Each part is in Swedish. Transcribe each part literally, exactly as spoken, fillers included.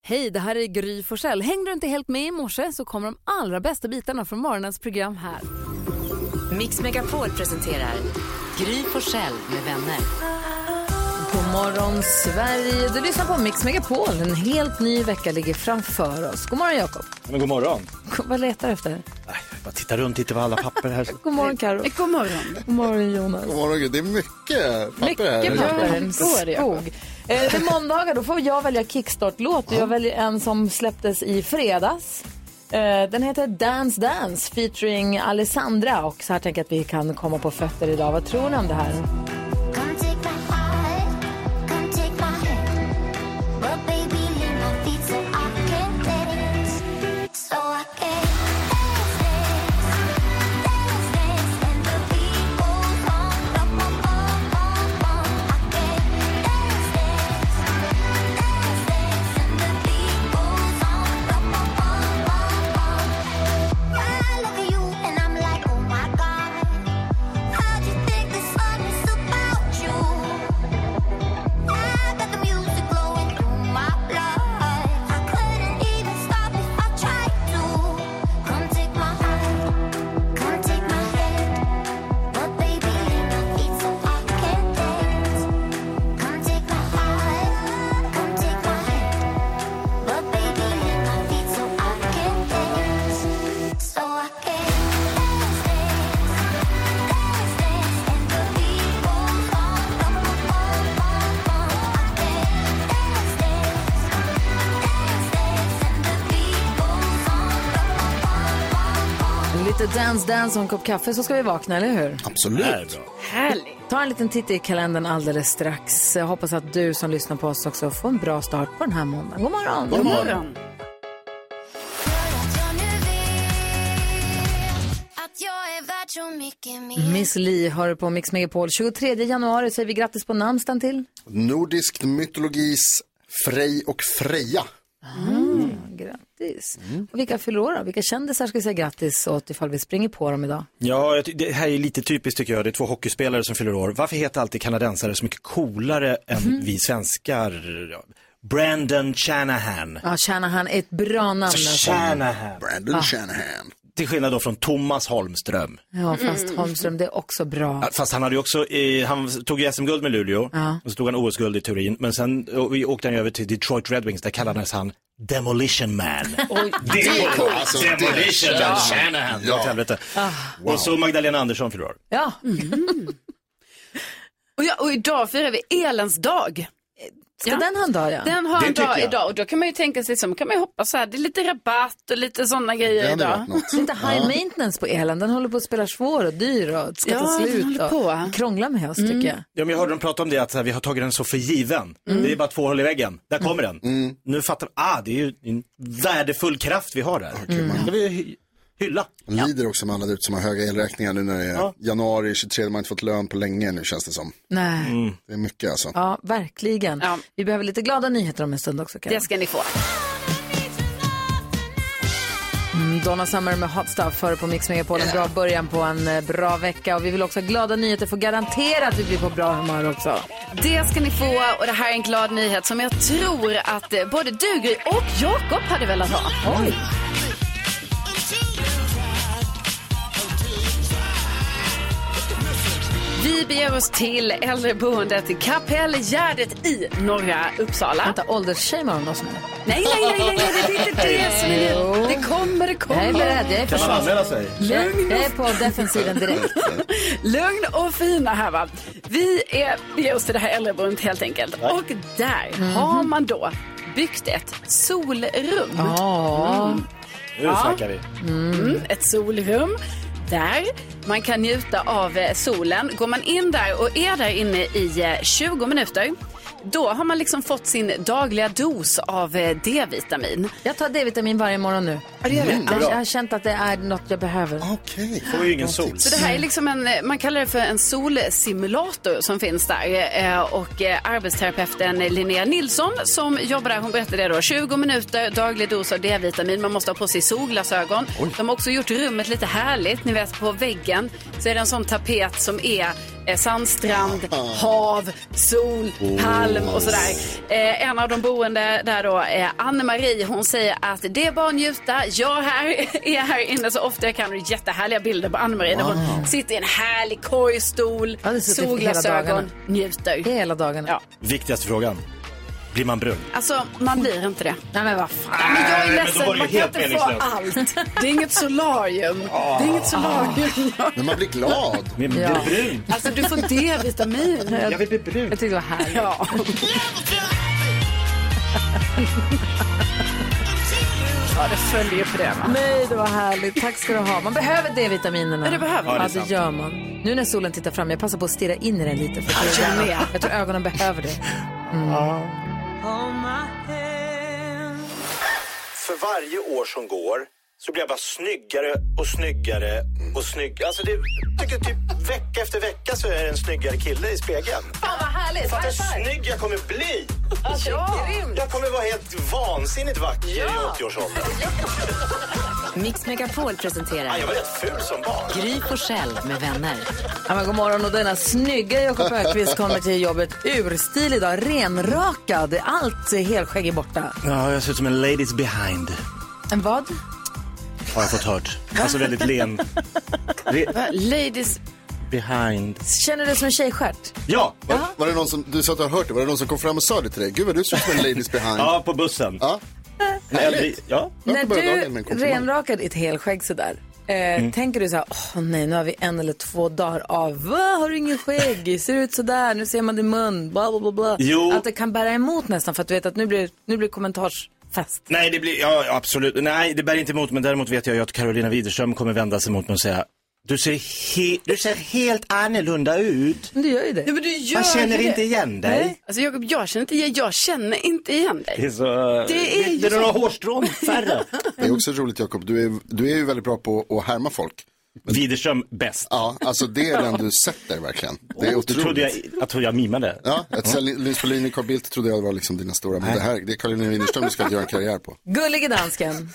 Hej, det här är Gry Forssell. Hängde du inte helt med i morse så kommer de allra bästa bitarna från morgonens program här. Mix Megapol presenterar Gry Forssell med vänner. God morgon Sverige, du lyssnar på Mix Megapol. En helt ny vecka ligger framför oss. God morgon Jakob. Men god morgon. Vad letar efter? Nej, bara titta runt lite på alla papper här. God morgon Karo. God morgon. God morgon Jonas. God morgon, det är mycket papper här. Mycket papper, en skog. Eh, det är måndagar, då får jag välja kickstart-låt. Jag väljer en som släpptes i fredags. Eh, den heter Dance Dance featuring Alessandra. Och så här tänker jag att vi kan komma på fötter idag. Vad tror ni om det här? Dance, dance och en kopp kaffe så ska vi vakna, eller hur? Absolut. Härligt. Ta en liten titt i kalendern alldeles strax. Jag hoppas att du som lyssnar på oss också får en bra start på den här måndagen. God morgon. God morgon. Miss Li har på Mix Megapol. tjugotredje januari säger vi grattis på namnsdagen till. Nordisk mytologis Frej och Freja. Mm. Grattis. Mm. Och vilka fyller år då? Vilka kändisar ska vi säga grattis åt ifall vi springer på dem idag? Ja, det här är lite typiskt tycker jag. Det är två hockeyspelare som fyller år. Varför heter alltid kanadensare så mycket coolare än mm. vi svenskar? Brandon Shanahan. Ja, Shanahan är ett bra namn. Shanahan. Brandon ah. Shanahan. Till skillnad då från Thomas Holmström. Ja, fast mm. Holmström, det är också bra. Ja, fast han hade ju också, eh, han tog ju S M-guld med Luleå. Ja. Och så tog han O S-guld i Turin. Men sen och, åkte han över till Detroit Red Wings. Där kallades han Demolition Man. Oj, det är coolt. Alltså, Demolition Man. Ja. Shanahan. Ja. Ah. Wow. Och så Magdalena Andersson fyller år. Ja. Mm. och, ja. Och idag firar vi Elens dag. Ska ja. den ha en dag, ja? Den har en dag idag och då kan man ju tänka sig som, kan man ju hoppas så här, det är lite rabatt och lite sådana grejer idag. Det är inte high ja. maintenance på elen, den håller på att spela svår och dyr och ska ja, ta slut och på. krångla med oss mm. tycker jag. Ja, men jag hörde dem prata om det att här, vi har tagit den så för given. Mm. Det är bara två hål i väggen, där kommer mm. den. Mm. Nu fattar ah det är ju en värdefull kraft vi har där. Mm. Ska vi hylla. Man lider också med alla ut som har höga elräkningar nu när det är ja. januari tjugotredje, man har inte fått lön på länge nu känns det som. Nej. Mm. Det är mycket alltså. Ja, verkligen. Ja. Vi behöver lite glada nyheter om en stund också. Karin. Det ska ni få. Mm, Donna Summer med Hot Stuff för på Mix Megapol. En bra början på en bra vecka. Och vi vill också ha glada nyheter för garantera att vi blir på bra humör också. Det ska ni få och det här är en glad nyhet som jag tror att både du, Gry och Jakob hade velat ha. Oj. Vi beger oss till äldreboendet Kapellgärdet i norra Uppsala. Vänta, åldersshamar om oss nu? Nej, nej, nej, nej, det är inte det som är. Det kommer, det kommer. Jag är beredd, jag är Kan man anmäla sig? Lugn. Jag är på defensiven direkt. Lugn och fina här va. Vi är, beger oss till det här äldreboendet helt enkelt. Nej. Och där mm. har man då byggt ett solrum. Ja. Mm. Nu snackar vi. Mm. Ett solrum. Där man kan njuta av solen. Går man in där och är där inne i tjugo minuter, då har man liksom fått sin dagliga dos av D-vitamin. Jag tar D-vitamin varje morgon nu. Ja, det gör det. Mm, jag har känt att det är något jag behöver. Okej. Okay. Får ju ingen sol. Så det här är liksom en, man kallar det för en solsimulator som finns där. Och arbetsterapeuten Linnea Nilsson som jobbar där, hon berättade det då. tjugo minuter daglig dos av D-vitamin. Man måste ha på sig solglasögon. Oj. De har också gjort rummet lite härligt. Ni vet, på väggen så är det en sån tapet som är eh, sandstrand, hav, sol, palm och sådär. Eh, en av de boende där då är Anne-Marie. Hon säger att det är bara att njuta. Jag här är här inne så ofta jag kan. Och jättehärliga bilder på Anne-Marie. Wow. Där hon sitter i en härlig korgstol, ja, solglasögon, njuter. Hela dagen. Ja. Viktigaste frågan. Blir man brun? Alltså, man blir inte det. Nej, men vad fan. Nej, men jag är Nej, ledsen, man kan inte få allt. Det är inget solarium. Oh. Det är inget solarium. Men man blir glad. Men man ja. blir brun. Alltså, du får D-vitamin. Jag vill bli brun. Jag tyckte det var härligt. Ja. Ja, det följer ju på det, va? Nej, det var härligt. Tack ska du ha. Man behöver D-vitaminerna. Ja, det behöver man. Ja, det gör man. Nu när solen tittar fram, jag passar på att stirra in i den lite. För jag, jag, jag tror ögonen behöver det. Mm. Ja. För varje år som går så blir jag bara snyggare och snyggare och snyggare. Alltså det tycker typ vecka efter vecka så är det en snyggare kille i spegeln. Fan vad härligt. Fattar hur snygg jag kommer bli. Alltså, ja. Jag kommer vara helt vansinnigt vacker ja. i åttio-årsåldern. Mix Megapol presenterar. Ja, jag var rätt ful som barn. Gry Forssell med vänner. Ja, men god morgon och denna snygga Jakob Öqvist kommer till jobbet urstilig idag. Renrakad. Allt helskägg är borta. Ja, jag ser ut som en ladies behind. En vad? Har jag fått hört. Alltså väldigt len. Re- ladies behind. Känner du dig som en tjejstjärt? Ja. Var, var det någon som, du sa att du har hört det, var det någon som kom fram och sa det till dig? Gud vad du ser ut som en ladies behind. Ja, på bussen. Ja. Nej, ja. När du renrakad i ett helskägg sådär. Eh, mm. Tänker du så här, åh nej, nu har vi en eller två dagar av, va, har du ingen skägg? Ser ut sådär, nu ser man din mun, bla bla bla bla. Jo. Att det kan bära emot nästan för att du vet att nu blir, nu blir kommentarsfest. Nej, det blir, ja absolut, nej det bär inte emot, men däremot vet jag ju att Carolina Widerström kommer vända sig mot mig och säga, du ser, he- du ser helt annorlunda ut. Men du gör ju det. Ja, men du gör Man känner det. inte igen dig. Nej. Alltså Jakob, jag känner inte igen, jag känner inte igen dig. Det är så, det är, det är några hårstrån färre. Det är också roligt Jakob, du är, du är ju väldigt bra på att härma folk. Men... Widerström bäst. Ja, alltså det är den du sätter verkligen. Det är otroligt. Trodde jag, jag trodde jag mimade. Ja, att Linus Pauline och Carl Bildt trodde jag var liksom dina stora. Men det här, det är Carolina Widerström du ska göra en karriär på. Gullige dansken.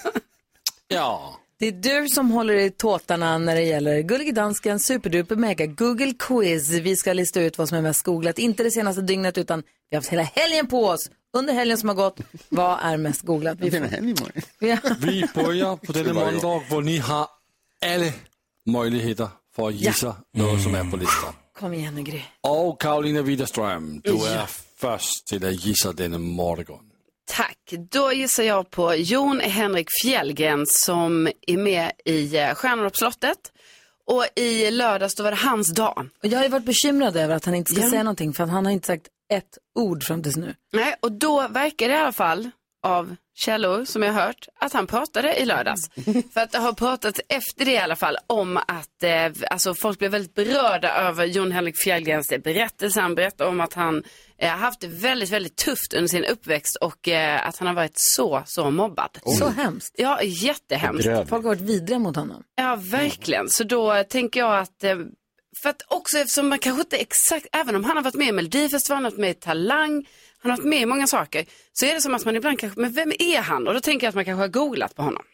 Ja. Det är du som håller i tåtarna när det gäller Gullige dansken, superduper mega Google quiz. Vi ska lista ut vad som är mest googlat. Inte det senaste dygnet utan vi har haft hela helgen på oss. Under helgen som har gått, vad är mest googlat? Vi, får... ja. Vi börjar på denna måndag där ni har alla möjligheter för att gissa ja. något som är på listan. Kom igen nu, Gry. Och Carolina Widerström, du är ja. först till att gissa denna morgon. Tack. Då gissar jag på Jon Henrik Fjällgren som är med i Stjärnor på slottet. Och i lördags då var det hans dag. Och jag har ju varit bekymrad över att han inte ska ja. säga någonting för att han har inte sagt ett ord fram tills nu. Nej, och då verkar det i alla fall av källor som jag har hört att han pratade i lördags. För att det har pratat efter det i alla fall om att eh, alltså folk blev väldigt berörda över Jon Henrik Fjällgrens berättelse. Han berättade om att han eh, haft det väldigt, väldigt tufft under sin uppväxt och eh, att han har varit så, så mobbad. Oj. Så hemskt. Ja, jättehemskt. Folk har varit vidriga mot honom. Ja, verkligen. Så då tänker jag att eh, för att också eftersom man kanske inte exakt, även om han har varit med i Melodifestivalen, han har varit med i Talang, han har varit med i många saker, så är det som att man ibland kanske, men vem är han? Och då tänker jag att man kanske har googlat på honom.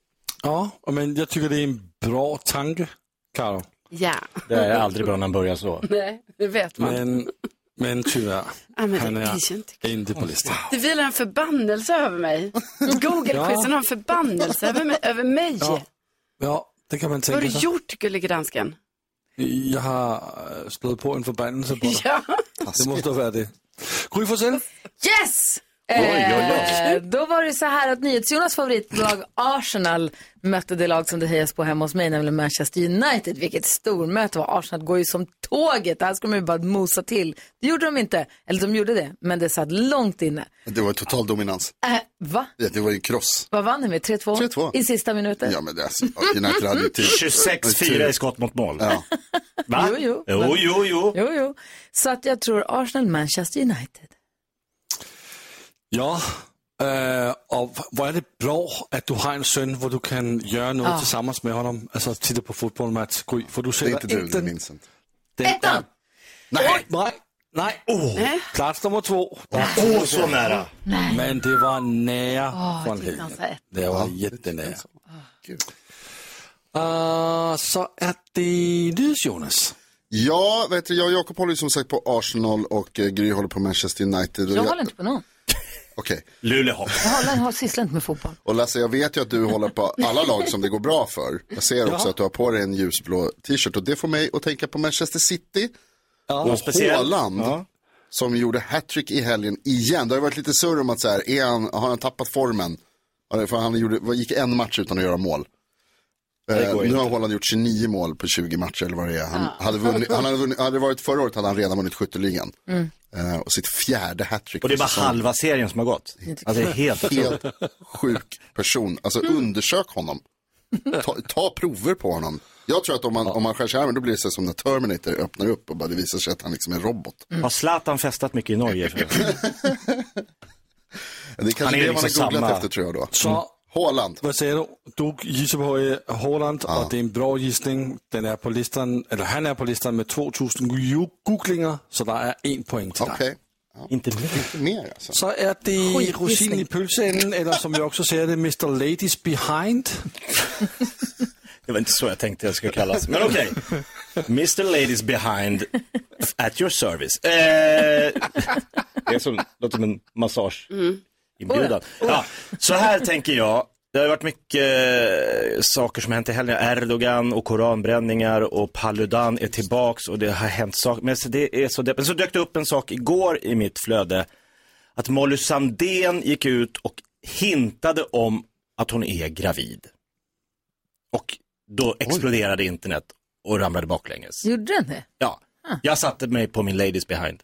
Ja, men jag tycker det är en bra tanke, Karo. Ja. Det är aldrig bra när man börjar så. Nej, det vet man. Men, men tyvärr, ja, men han är inte, inte på listan. Det vilar en förbannelse över mig. Google-quizen ja. har en förbannelse över mig. Över mig. Ja. ja, det kan man tänka sig. Vad har du gjort, gullige dansken? Jag har slået på en förbannelse på dig. Ja. Det måste vara det. Gry Forssell. Yes! Oj, oj, oj. Då var det så här att NyhetsJonas favoritlag Arsenal mötte det lag som det hejas på hemma hos mig, nämligen Manchester United. Vilket stormöte var. Arsenal går ju som tåget. Det här ska man ju bara mosa till. Det gjorde de inte. Eller de gjorde det, men det satt långt inne. Det var total dominans. Äh, va? Ja, det var ju kross. Vad vann ni med? tre två? tre två I sista minuten? Ja, men det är alltså, United hade ju tid. tjugosex fyra i skott mot mål. Ja. Va? Jo, jo. Jo, Men... jo, jo. Jo, jo. Så att jag tror Arsenal, Manchester United. Ja, äh, och vad är det bra att du har en son där du kan göra något ja. tillsammans med honom, alltså titta på fotbollsmatch. För du det är inte du, det minns inte. Ettan! Nej, nej, nej. Oh, plats nummer två. Åh, oh, så nära. Nej. Men det var nära oh, från helgen. Det var ja, jättenära. Oh. Uh, så är det du, Jonas. Ja, vet du, jag och Jakob håller ju som sagt på Arsenal och eh, Gry håller på Manchester United. Och Jag jag håller inte på någon. Okej. Okay. Luleå. Jag håller, har sysslat inte med fotboll. Och Lasse, jag vet ju att du håller på alla lag som det går bra för. Jag ser också ja. att du har på dig en ljusblå t-shirt och det får mig att tänka på Manchester City. Ja. Och Haaland ja. som gjorde hattrick i helgen igen. Det har varit lite surr om att så här, är han, har han tappat formen? För han gjorde, gick en match utan att göra mål. Uh, nu har Haaland gjort tjugonio mål på tjugo matcher eller vad det är. Han, ja. hade, vunnit, han hade, vunnit, hade varit förra året hade han redan vunnit skytteligan. Mm. Uh, och sitt fjärde hattrick. Och det är bara säsong. halva serien som har gått. Alltså det är helt, helt sjuk person. Alltså mm. undersök honom. Ta, ta prover på honom. Jag tror att om man, ja. om man skär sig här, då blir det så som när Terminator öppnar upp och bara det visar sig att han liksom är en robot. Mm. Har Zlatan festat mycket i Norge? Det är kanske det man liksom har googlat samma... efter tror jag då. Så... Haaland. Vad säger du? Du gissar på Haaland ja. och det är en bra gissning. Den är på listan, eller han är på listan med två tusen googlingar, så det är en poäng till dig. Okay. Ja. Inte mer. Inte mer alltså. Så är det rosin i pölseenden, eller som jag också säger det, mister Ladies Behind. Det var inte så jag tänkte jag skulle kallas. Men okej. Okay. mister Ladies Behind at your service. Eh, det är som, låter som en massage. Mm. Inbjudan. Ja, så här tänker jag. Det har varit mycket eh, saker som har hänt i helgen. Erdogan och koranbränningar och Paludan är tillbaks och det har hänt saker. Men så, det är så, det, men så dök det upp en sak igår i mitt flöde. Att Molly Sandén gick ut och hintade om att hon är gravid. Och då exploderade Oj. internet och ramlade baklänges. Gjorde den det? Ja, ah. jag satte mig på min ladies behind.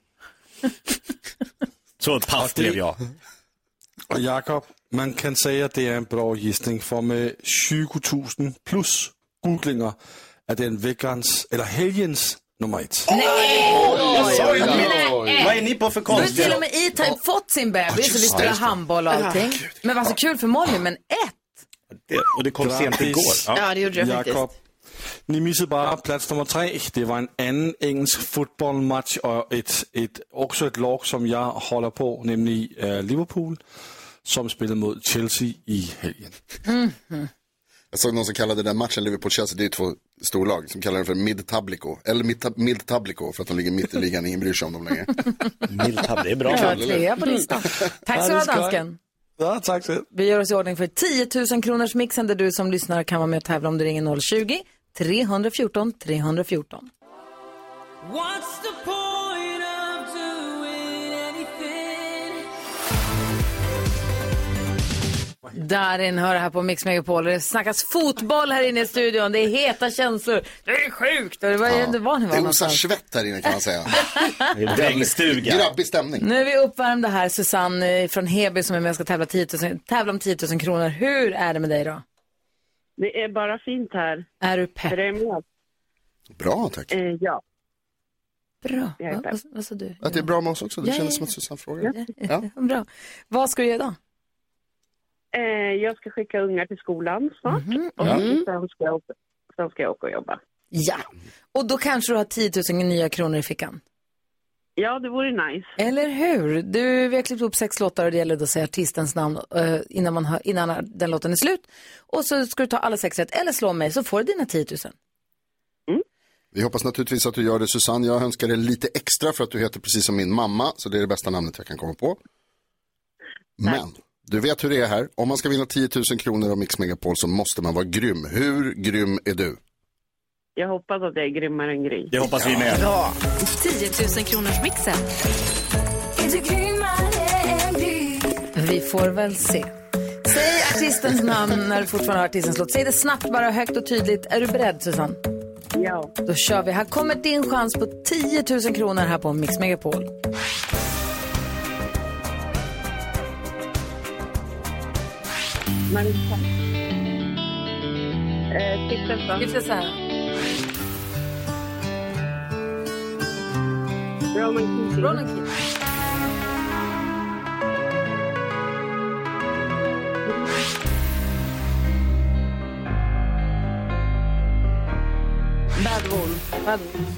Så paff blev jag. Och Jakob, man kan säga att det är en bra gissning, för med tjugo tusen plus googlingar är den veckans, eller helgens nummer ett. Nej! Jag sa ju det! Vad är ni på för konst? Nu har till och med E-Type fått sin bebis och vi spelar handboll och allting. Men vad så kul för Molly, men ett! Det, och det kom sent igår. Ja, ja det gjorde jag faktiskt. Jakob, ni missade bara plats nummer tre. Det var en annan engelsk fotbollsmatch och ett, ett, också ett lag som jag håller på, nämligen uh, Liverpool, som spelade mot Chelsea i helgen. Mm-hmm. Jag såg någon som kallade den matchen Liverpool-Chelsea, det är två storlag som kallar den för Mid-Tablico. Eller Mid-Tablico för att de ligger mitt i ligan, ingen bryr sig om dem längre. Mid-Tab, det är bra. Ja, trea på listan. Tack så mycket, dansken. Ja, tack så. Vi gör oss i ordning för tio tusen kronors mixen där du som lyssnar kan vara med och tävla om du ringer noll tjugo, tre fjorton, tre fjorton. What's the point of doing anything? Darin hör här på Mix Megapol. Det snackas fotboll här inne i studion. Det är heta känslor. Det är sjukt. Det var, ja. det var, det var det osar svett här inne kan man säga. Regnstuga. Grabbig stämning. Nu är vi uppvärmda här. Susanne från Heby som är med och ska tävla, tio tusen, tävla om tio tusen kronor. Hur är det med dig då? Det är bara fint här. Är du pepp? Bra, tack. Eh, ja. Bra. Va, vad, vad sa du? Att det är bra med oss också. Det ja, kändes ja, ja. som att Susanne frågade. Ja. Ja. Bra. Vad ska du göra då? Eh, jag ska skicka ungar till skolan snart. Mm-hmm. Och mm. sen, ska jag åka, sen ska jag åka och jobba. Ja. Och då kanske du har tio tusen nya kronor i fickan. Ja, det vore nice. Eller hur? Du, vi har klippt upp sex låtar och det gäller att säga artistens namn uh, innan, man hör, innan den låten är slut. Och så ska du ta alla sex rätt eller slå mig så får du dina tio tusen. Mm. Vi hoppas naturligtvis att du gör det, Susanne. Jag önskar dig lite extra för att du heter precis som min mamma. Så det är det bästa namnet jag kan komma på. Men Nej. du vet hur det är här. Om man ska vinna tio tusen kronor av Mix Megapol så måste man vara grym. Hur grym är du? Jag hoppas att jag är grymmare än Gry. Det hoppas ja. vi med. Ja. tio tusen kronors mixen. Vi får väl se. Säg artistens namn när du fortfarande har artistens låt. Säg det snabbt, bara högt och tydligt. Är du beredd, Susanne? Ja. Då kör vi. Här kommer din chans på tio tusen kronor här på Mix Megapol. Marissa. Eh, Stiftelse. Stiftelse. Ronan Keating. Ronan Keating. Bad Wolf. Bad Wolf.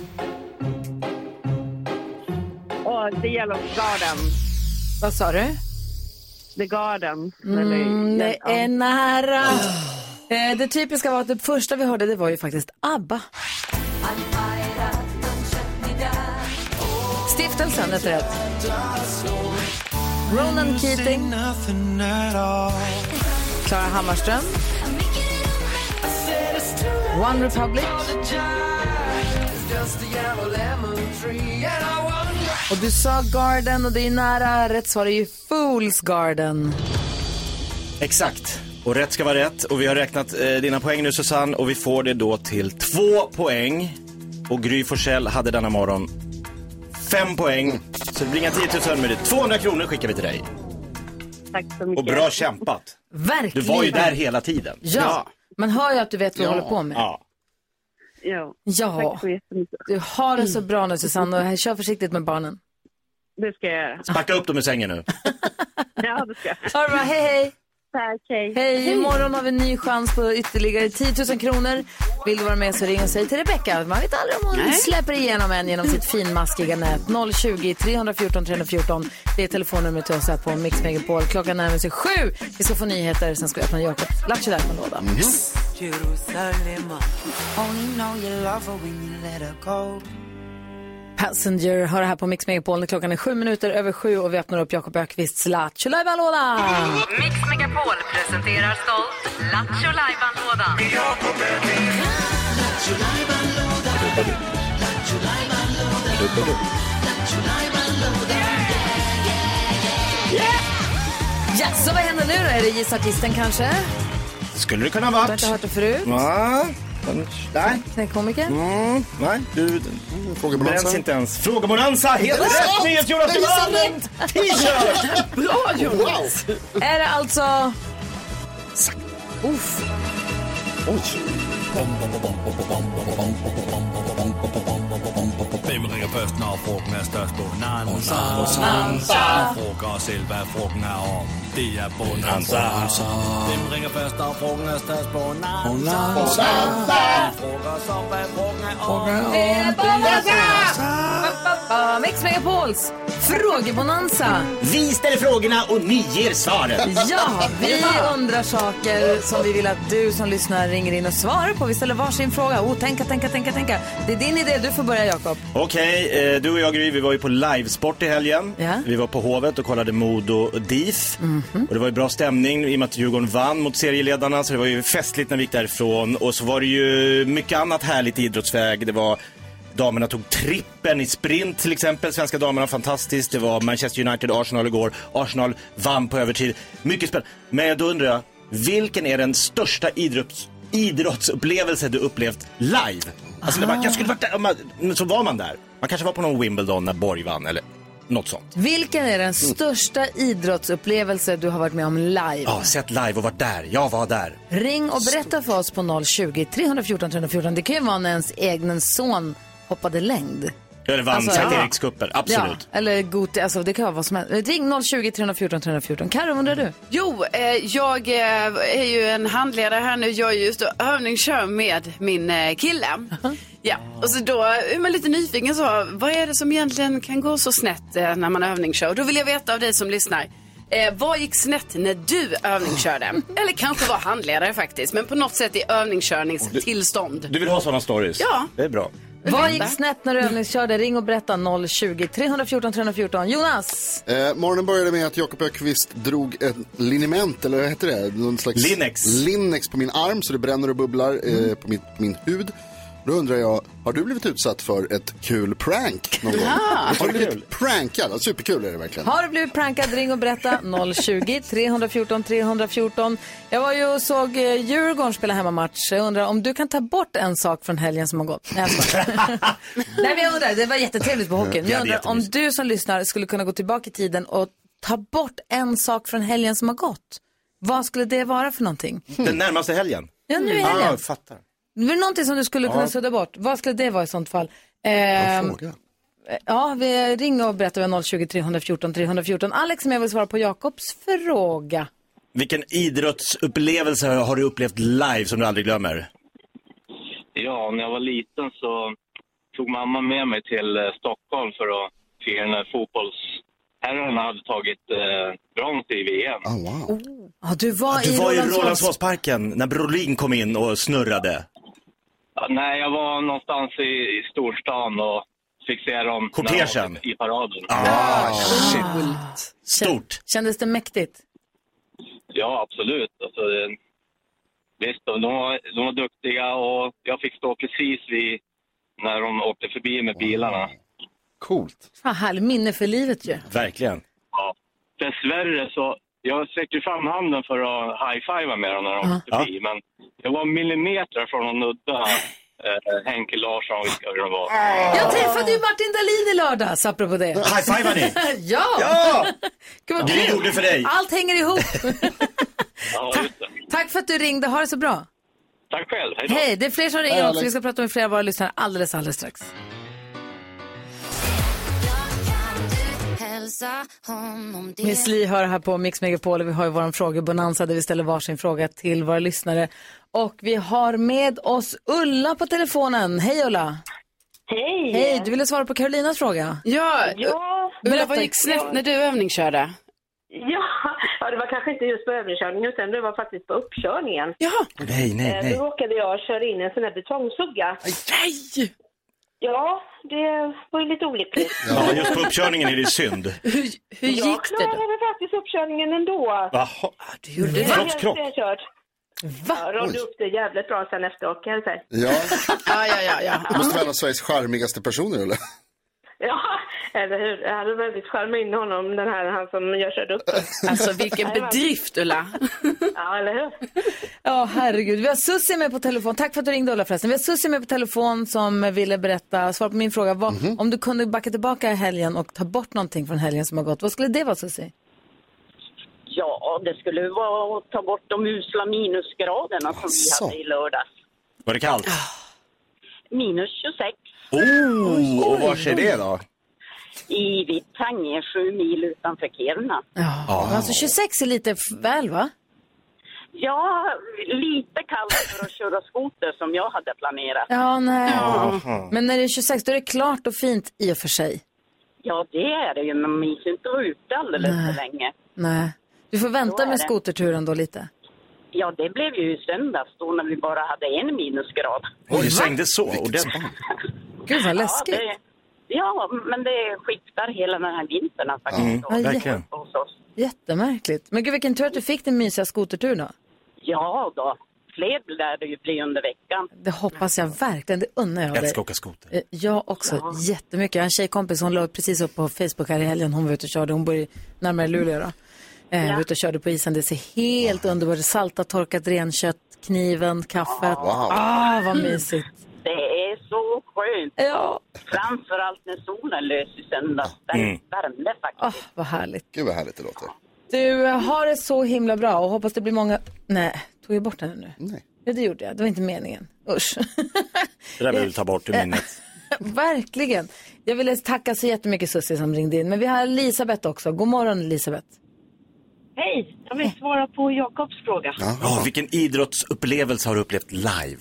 Åh, The Yellow Garden. Vad sa du? The Garden. Mm, det är nära. Det typiska var att det första vi hörde det var ju faktiskt ABBA. Nielsen, det är rätt. Ronan Keating. Clara Hammarström. One Republic. Och du sa Garden och det är nära. Rätt svar är ju Fool's Garden. Exakt. Och rätt ska vara rätt. Och vi har räknat eh, dina poäng nu, Susanne. Och vi får det då till två poäng. Och Gry Forssell hade denna morgon fem poäng. Så det blir inga tio tusen med det. tvåhundra kronor skickar vi till dig. Tack så mycket. Och bra kämpat. Verkligen. Du var ju där hela tiden. Ja, ja. Man hör ju att du vet vad ja. du håller på med. Ja. Ja. Ja. Tack så jättemycket. Du har det så bra nu, Susanne. Och kör försiktigt med barnen. Det ska jag göra. Spacka upp dem i sängen nu. Ja, det ska jag. Ha det bra. Hej, hej. Tack, hej. Hej, imorgon har vi en ny chans på ytterligare tio tusen kronor. Vill du vara med så ring och säg till Rebecca. Man vet aldrig om hon Nej. släpper igenom en genom sitt finmaskiga nät. noll tjugo, tre fjorton, tre fjorton. Det är telefonnumret till oss här på Mix Megapol. Klockan närmar sig sju. Vi ska få nyheter, sen ska vi öppna Jakob Lattjo där på lådan. Mm. Passenger hör här på Mix Megapol när klockan är sju minuter över sju och vi öppnar upp Jakob Ökvists Lattjo Lajban-låda. Mix Megapol presenterar stolt Lattjo Lajban-lådan. Ja, så vad händer nu då? Är det gissartisten kanske? Skulle det kunna vara? Du har inte hört det förut? Ja. Nej. Knäckkomiker? Mm, nej, du Frågebonanza. bränns inte ens. Frågebonanza, helt rätt! Nyhet Jonas, du vann en t-shirt! Bra Jonas! Wow. Är det alltså... Uff. Oj. Hvem ringer først, når frugten er størst? Bonanza. Bonanza. Frugger os selv, hvad frugten er om. Det er Bonanza. Hvem ringer først, når frugten er størst? Bonanza. Bonanza. Frugger os om, hvad frugten er om. Det är Bonanza! Mix Megapols frågebonanza. Vi ställer frågorna och ni ger svaren. Ja, vi undrar saker som vi vill att du som lyssnar ringer in och svarar på. Vi ställer varsin fråga. Oh, tänka, tänka, tänka, tänka. Det är din idé. Du får börja, Jakob. Okej, okay, du och jag, Gry, vi var ju på livesport i helgen. Ja. Vi var på Hovet och kollade Modo och D I F. Mm-hmm. Och det var ju bra stämning i och med att Djurgården vann mot serieledarna. Så det var ju festligt när vi gick därifrån. Och så var det ju mycket annat härligt idrottsväg. Det var... Damerna tog trippen i sprint till exempel. Svenska damerna, fantastiskt. Det var Manchester United och Arsenal igår. Arsenal vann på övertid. Mycket spännande. Men då undrar jag, vilken är den största idrotts, idrottsupplevelse du upplevt live? Alltså, ah. man, jag skulle varit där, man, så var man där. Man kanske var på någon Wimbledon när Borg vann eller något sånt. Vilken är den största mm. idrottsupplevelse du har varit med om live? Ja, sett live och varit där. Jag var där. Ring och berätta för oss på noll tjugo, tre fjorton, tre fjorton. Det kan ju vara när ens egen son hoppade längd. Eller vann alltså, Sankt ja. Eriks cuper, absolut. Ja, eller god, alltså det kan vara vad som helst. Ring noll tjugo, tre fjorton, tre fjorton. Karo, undrar du? Jo, eh, jag eh, är ju en handledare här nu. Jag är just och övningskör med min eh, kille. Uh-huh. Ja, och så då är man lite nyfiken så, vad är det som egentligen kan gå så snett eh, när man övningskör? Då vill jag veta av dig som lyssnar. Eh, vad gick snett när du övningskörde? Eller kanske var handledare faktiskt, men på något sätt i övningskörningstillstånd. Du, du vill ha sådana stories? Ja. Det är bra. Vad gick snett när du övningskörde? Ring och berätta noll tjugo, tre fjorton, tre fjorton. Jonas? Eh, morgonen började med att Jakob Ökvist drog ett liniment, eller vad heter det? Någon slags Linnex. Linnex på min arm så det bränner och bubblar eh, på, min, på min hud. Då undrar jag, har du blivit utsatt för ett kul prank någon gång? Ja. Har du blivit prankad? Superkul är det verkligen. Har du blivit prankad? Ring och berätta noll tjugo, tre fjorton, tre fjorton. Jag var ju och såg Djurgården spela hemmamatch. Jag undrar om du kan ta bort en sak från helgen som har gått. Nej, Nej men jag undrar, det var jättetrevligt på hockeyn. Jag undrar om du som lyssnar skulle kunna gå tillbaka i tiden och ta bort en sak från helgen som har gått. Vad skulle det vara för någonting? Den närmaste helgen? Ja, nu är helgen. Ja, jag fattar. Det är någonting som du skulle kunna ja. sudda bort. Vad skulle det vara i sånt fall? Eh, ja, vi ringer och berättar noll tjugo, tre fjorton, tre fjorton. Alex som jag vill svara på Jakobs fråga. Vilken idrottsupplevelse har du upplevt live som du aldrig glömmer? Ja, när jag var liten så tog mamma med mig till Stockholm för att fira när fotbollsherrarna hade tagit eh, brons i V M. Oh, wow. oh. Ah, du var, ah, du i, var Rolands i Rålambshovsparken när Brolin kom in och snurrade. Ja, nej, jag var någonstans i, i storstan och fick se dem Kortegen i paraden. Ah, shit. Stort. Kändes det mäktigt? Ja, absolut. Alltså, visst, de var, de var duktiga och jag fick stå precis vid när de åkte förbi med bilarna. Coolt. Fan, härligt minne för livet ju. Verkligen. Ja. Dessvärre så, jag sträckte fram handen för att high-fiva med dem när de åkte förbi. Ja. Men jag var millimeter från att nudda eh, Henke Larsson, vilka de var. Jag träffade ju Martin Dahlin i lördags, apropå det. High-fiva ni? Ja! Ja! Gud, vad det gjorde för dig. Allt hänger ihop. Ja, just det. Tack för att du ringde, ha det så bra. Tack själv, hej då. Hej, det är fler som ringer också. Vi ska prata med flera av våra lyssnare alldeles, alldeles strax. Miss Li hör här på Mix Megapol och vi har ju vår frågebonanza där vi ställer varsin fråga till våra lyssnare. Och vi har med oss Ulla på telefonen. Hej Ulla! Hej! Hej, du ville svara på Karolinas fråga. Ja, Ja, Ulla, vad gick snett när du övningskörde? ja, ja, det var kanske inte just på övningskörningen utan det var faktiskt på uppkörningen. Ja, Nej, nej, Eh, nej. Då råkade jag köra in en sån här betongsugga. nej! Ja, det var ju lite olyckligt. Ja, just på uppkörningen är det synd. Hur, hur Jag gick det då? klarade faktiskt uppkörningen ändå. Jaha. Du gjorde det. Trots krock. Jag kört. Va? Jag rådde upp det jävligt bra sen efteråt, kan jag säga. Ja, Ja, ja, ja, ja. det måste vara en av Sveriges charmigaste personer, eller? Ja, eller hur? Jag hade väldigt charm in honom, den här, han som jag körde upp. Alltså vilken bedrift, Ulla. Ja, eller hur? Ja, herregud. Vi har Sussi med på telefon. Tack för att du ringde, Ulla, förresten. Vi har Sussi med på telefon som ville berätta, svara på min fråga. Vad, mm-hmm. Om du kunde backa tillbaka i helgen och ta bort någonting från helgen som har gått, vad skulle det vara, Sussi? Ja, det skulle vara att ta bort de usla minusgraderna som Asså. vi hade i lördags. Var det kallt? Minus tjugosex. Oh, och var är det då? I Vittange, sju mil utanför Kiruna. Ja, oh. Alltså tjugosex är lite f- väl, va? Ja, lite kallt för att köra skoter som jag hade planerat. Ja, nej. Aha. Men när det är tjugosex, då är det klart och fint i och för sig. Ja, det är det ju, men man minns inte att vara ute alldeles Nej. för länge. Nej. Du får vänta med det. skoterturen då lite. Ja, det blev ju i söndags då när vi bara hade en minusgrad. Oj, det svängde så. Och det... Gud vad läskigt. Ja, det, ja, men det skiftar hela den här vintern faktiskt. Mm, då, verkligen. hos oss. Jättemärkligt. Men gud, vilken tur att du fick din mysiga skotertur då. Ja då, fler lär det ju bli under veckan. Det hoppas jag verkligen, det unnar jag Jag dig. älskar åka skoter. Eh, Jag också, Ja. jättemycket. Jag har en tjejkompis, hon la precis upp på Facebook här i helgen. Hon var ute och körde, hon bor i närmare Luleå då. Eh, Ja. var ute och körde på isen, det ser helt underbart. Salta, torkat renkött, kniven, kaffet. Wow. Ah, vad mysigt. Det är så skönt. Ja, Framförallt när solen löser söndag. Den Mm. värmde faktiskt. ah, vad härligt. Gud vad härligt det låter. Du eh, har det så himla bra och hoppas det blir många... Nej, tog jag bort den nu? Nej. Ja, det gjorde jag. Det var inte meningen. Usch. Det där vill vi ta bort ur minnet. Verkligen. Jag vill tacka så jättemycket Sussi som ringde in. Men vi har Elisabeth också. God morgon Elisabeth. Hej, jag vill svara på Jakobs fråga. Ja, vilken idrottsupplevelse har du upplevt live?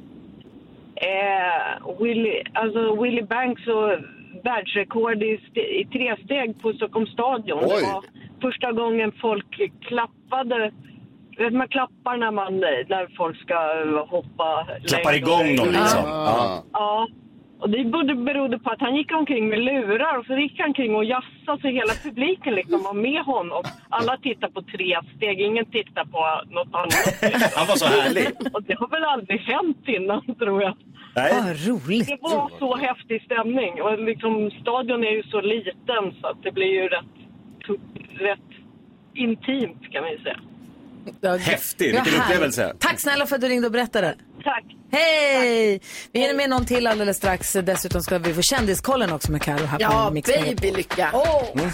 Eh, Willy, alltså Willy Banks och världsrekord i, st- i tre steg på Stockholms stadion. Oj. Det var första gången folk klappade. Vet man klappar när man när folk ska hoppa. Klappar längd igång och- dem liksom. Ah. Ja. Och det både berodde på att han gick omkring med lurar och så gick han omkring och jassade så hela publiken liksom var med honom. Alla tittar på tre steg, ingen tittar på något annat. Liksom. Han var så härlig. Och det har väl aldrig hänt innan, tror jag. Nej. Vad roligt. Det var så häftig stämning. Och liksom, stadion är ju så liten så att det blir ju rätt, rätt intimt kan man ju säga. Ja, Häftig, ja, vilken härligt. upplevelse. Tack snälla för att du ringde och berättade. Tack. Hej! Vi hinner med någon till alldeles strax. Dessutom ska vi få kändiskollen också med Karo här Ja, på Mix Megapol. babylycka. Åh! Mm.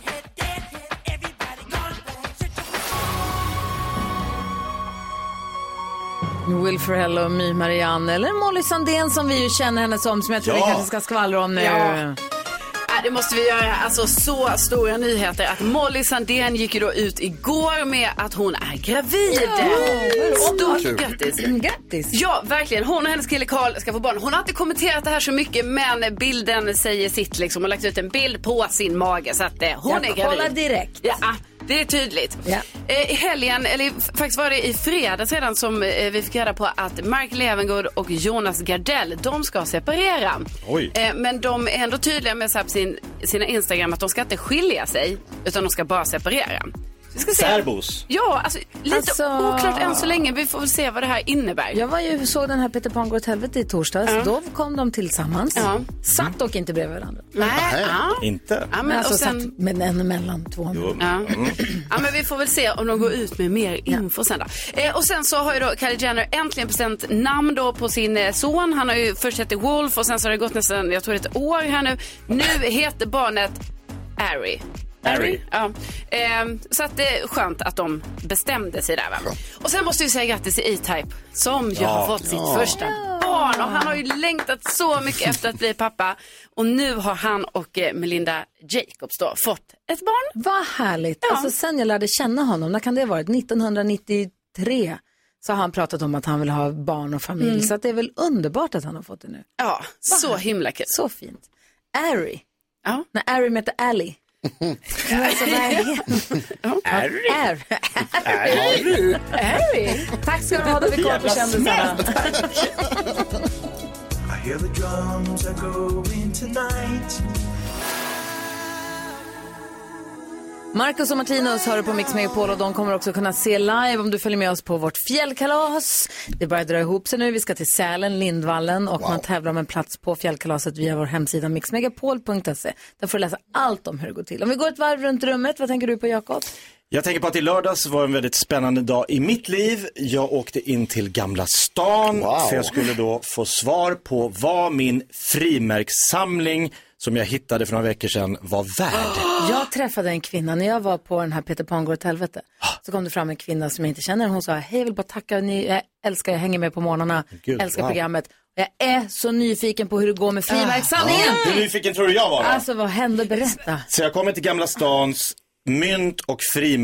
Will Ferrell och My Marianne, eller Molly Sandén som vi ju känner henne som, som jag tror Ja. vi kanske ska skvallra om nu. Ja. Nej, det måste vi göra. Alltså så stora nyheter att Molly Sandén gick ju då ut igår med att hon är gravid. Stort Kul. grattis. Grattis! Ja, verkligen. Hon och hennes kille Carl ska få barn. Hon har inte kommenterat det här så mycket, men bilden säger sitt liksom. Hon har lagt ut en bild på sin mage så att eh, hon Jag är kollar gravid. direkt. Ja, Det är tydligt. Ja. Eh, I helgen, eller faktiskt var det i fredags redan som eh, vi fick reda på att Mark Levengood och Jonas Gardell, de ska separera. Oj. Eh, men de är ändå tydliga med så här på sin, sina Instagram att de ska inte skilja sig, utan de ska bara separera. Vi ska se. Särbos. Ja, alltså lite Alltså... oklart än så länge. Vi får väl se vad det här innebär. Jag var ju såg den här Peter Pan går åt helvete i torsdags. Ja. Då kom de tillsammans. Ja. Satt dock inte bredvid varandra. Nej, ja. Inte? Ja, men, Men alltså och sen... satt med en emellan två. Jo. Ja. Ja, men vi får väl se om de går ut med mer info sen då. Eh, och sen så har ju då Kylie Jenner äntligen bestämt namn då på sin eh, son. Han har ju först hette Wolf och sen så har det gått nästan, jag tror det är ett år här nu. Nu heter barnet Harry. Harry. Ja. Eh, så att det är skönt att de bestämde sig där, va? Och sen måste vi säga grattis till E-Type som ju Ja. har fått sitt Ja. första barn. Och han har ju längtat så mycket efter att bli pappa. Och nu har han och eh, Melinda Jacobs då fått ett barn. Vad härligt. Ja. Alltså sen jag lärde känna honom, när kan det ha varit? nittonhundranittiotre så har han pratat om att han vill ha barn och familj. Mm. Så att det är väl underbart att han har fått det nu. Ja, så himla kul. Så fint. Harry. Ja. När Harry mötte Ally. Alltså, vad är det? Harry. Harry. Harry. Harry. Tack ska du ha, då vi kommer på kändisarna. I hear the drums are going tonight. Marcus och Martinus hör på Mix Megapol och de kommer också kunna se live om du följer med oss på vårt fjällkalas. Det börjar dra ihop sig nu. Vi ska till Sälen, Lindvallen och wow. man tävlar om en plats på fjällkalaset via vår hemsida mix megapol punkt se. Där får du läsa allt om hur det går till. Om vi går ett varv runt rummet, vad tänker du på, Jakob? Jag tänker på att i lördags var en väldigt spännande dag i mitt liv. Jag åkte in till Gamla stan Wow. för jag skulle då få svar på vad min frimärkssamling som jag hittade för några veckor sedan var värd. Jag träffade en kvinna när jag var på den här Peter Pan går åt helvete. Så kom det fram en kvinna som jag inte känner. Hon sa, hej, jag vill bara tacka, ni, jag älskar, jag hänger med på morgnarna, Gud, älskar wow. programmet. Jag är så nyfiken på hur det går med frimärkssamlingen. Ah. Hur nyfiken tror du jag var då? Alltså vad hände, berätta. Så jag kommer till Gamla stans mynt- och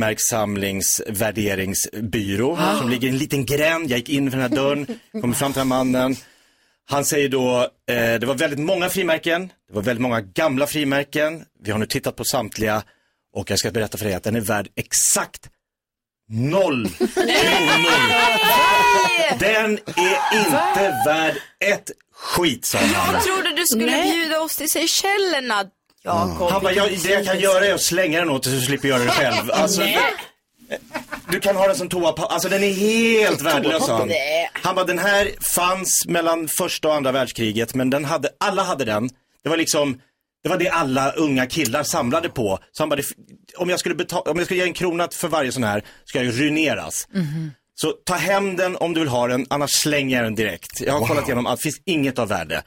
frimärkssamlingsvärderingsbyrå ah. som ligger i en liten gränd. Jag gick in för den här dörren, kommer fram till den här mannen. Han säger då, eh, det var väldigt många frimärken, det var väldigt många gamla frimärken. Vi har nu tittat på samtliga och jag ska berätta för dig att den är värd exakt noll kronor. Den är inte värd ett skit, sa han. Jag trodde du skulle Nej. bjuda oss till Seychellerna. Jakob. Han bara, jag, det jag kan göra är att slänga den åt dig så slipper göra det själv. Alltså, du kan ha den som toapapper. Alltså den är helt värdelös. Han. han bara, den här fanns mellan första och andra världskriget, men den hade, alla hade den. Det var liksom, det var det alla unga killar samlade på. Så han bara, det, om jag skulle betala, om jag skulle ge en krona för varje sån här, ska jag ju ruineras. Mm-hmm. Så ta hem den om du vill ha den, annars slänger jag den direkt. Jag har wow. kollat igenom allt, finns inget av värde.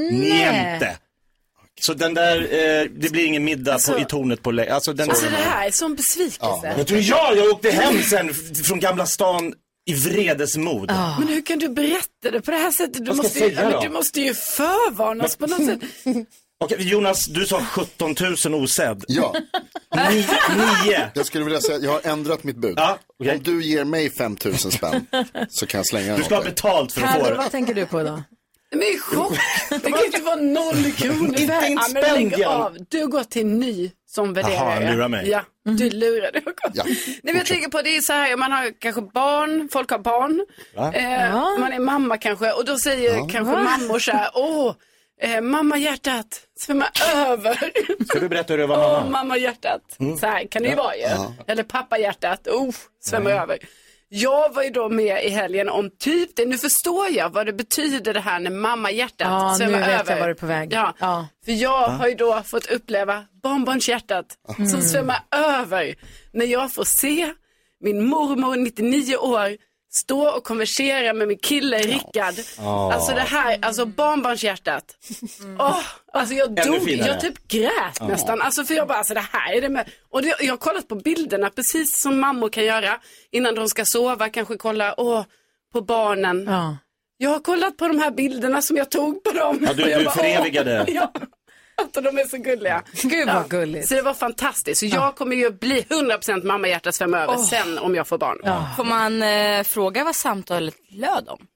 Niente. Så den där, eh, det blir ingen middag alltså, på, i tornet på lä- alltså, den alltså det här är sån besvikelse. Ja. Jag tror jag, jag åkte hem sen från Gamla stan i vredesmod. Oh. Men hur kan du berätta det på det här sättet? Du, måste ju, ja, du måste ju förvarnas på något sätt. Okej, Jonas, du sa sjutton tusen osedd. Ja. Ni, nio. Jag skulle vilja säga, jag har ändrat mitt bud. Ja, okay. Om du ger mig fem tusen spänn så kan jag slänga den. Du ska ha betalt för att få det. Vad tänker du på då? Men i chock. Det kan inte vara noll kronor. Inte en spänn, av. Du går till ny som värderare. Jaha, han lurar mig. Ja, du lurar dig. Ja. Nej, men jag tänker på det är så här, man har kanske barn, folk har barn. Eh, ja. Man är mamma kanske och då säger ja. kanske Va? mammor så här, åh, eh, mamma hjärtat, svämma över. Ska du berätta hur det var mamma? Åh, mamma hjärtat. Mm. Så här kan det ju ja. vara ju. Ja. Eller pappa hjärtat, oh, svämma ja. över. Jag var ju då med i helgen om typ det. Nu förstår jag vad det betyder det här när mamma hjärtat ja, svämmar över. Ja, nu vet jag var du är på väg. Ja, ja. För jag ja. har ju då fått uppleva barnbarnshjärtat mm. som svämmar över. När jag får se min mormor, nittionio år, stå och konversera med min kille Rickard. Oh. Alltså det här, alltså barnbarnshjärtat. Mm. Oh, alltså jag dog, jag typ grät oh. nästan. Alltså för jag bara, alltså det här är det med. Och det, jag har kollat på bilderna precis som mammor kan göra innan de ska sova. Kanske kolla åh, på barnen. Oh. Jag har kollat på de här bilderna som jag tog på dem. Ja, du, du bara, förevigade. Ja. Att de är så gulliga. Gud vad gulligt. Så det var fantastiskt. Så jag ja. kommer ju bli hundra procent mamma hjärtas fem över oh. sen om jag får barn. Ja. Får man eh, fråga vad samtalet löd om?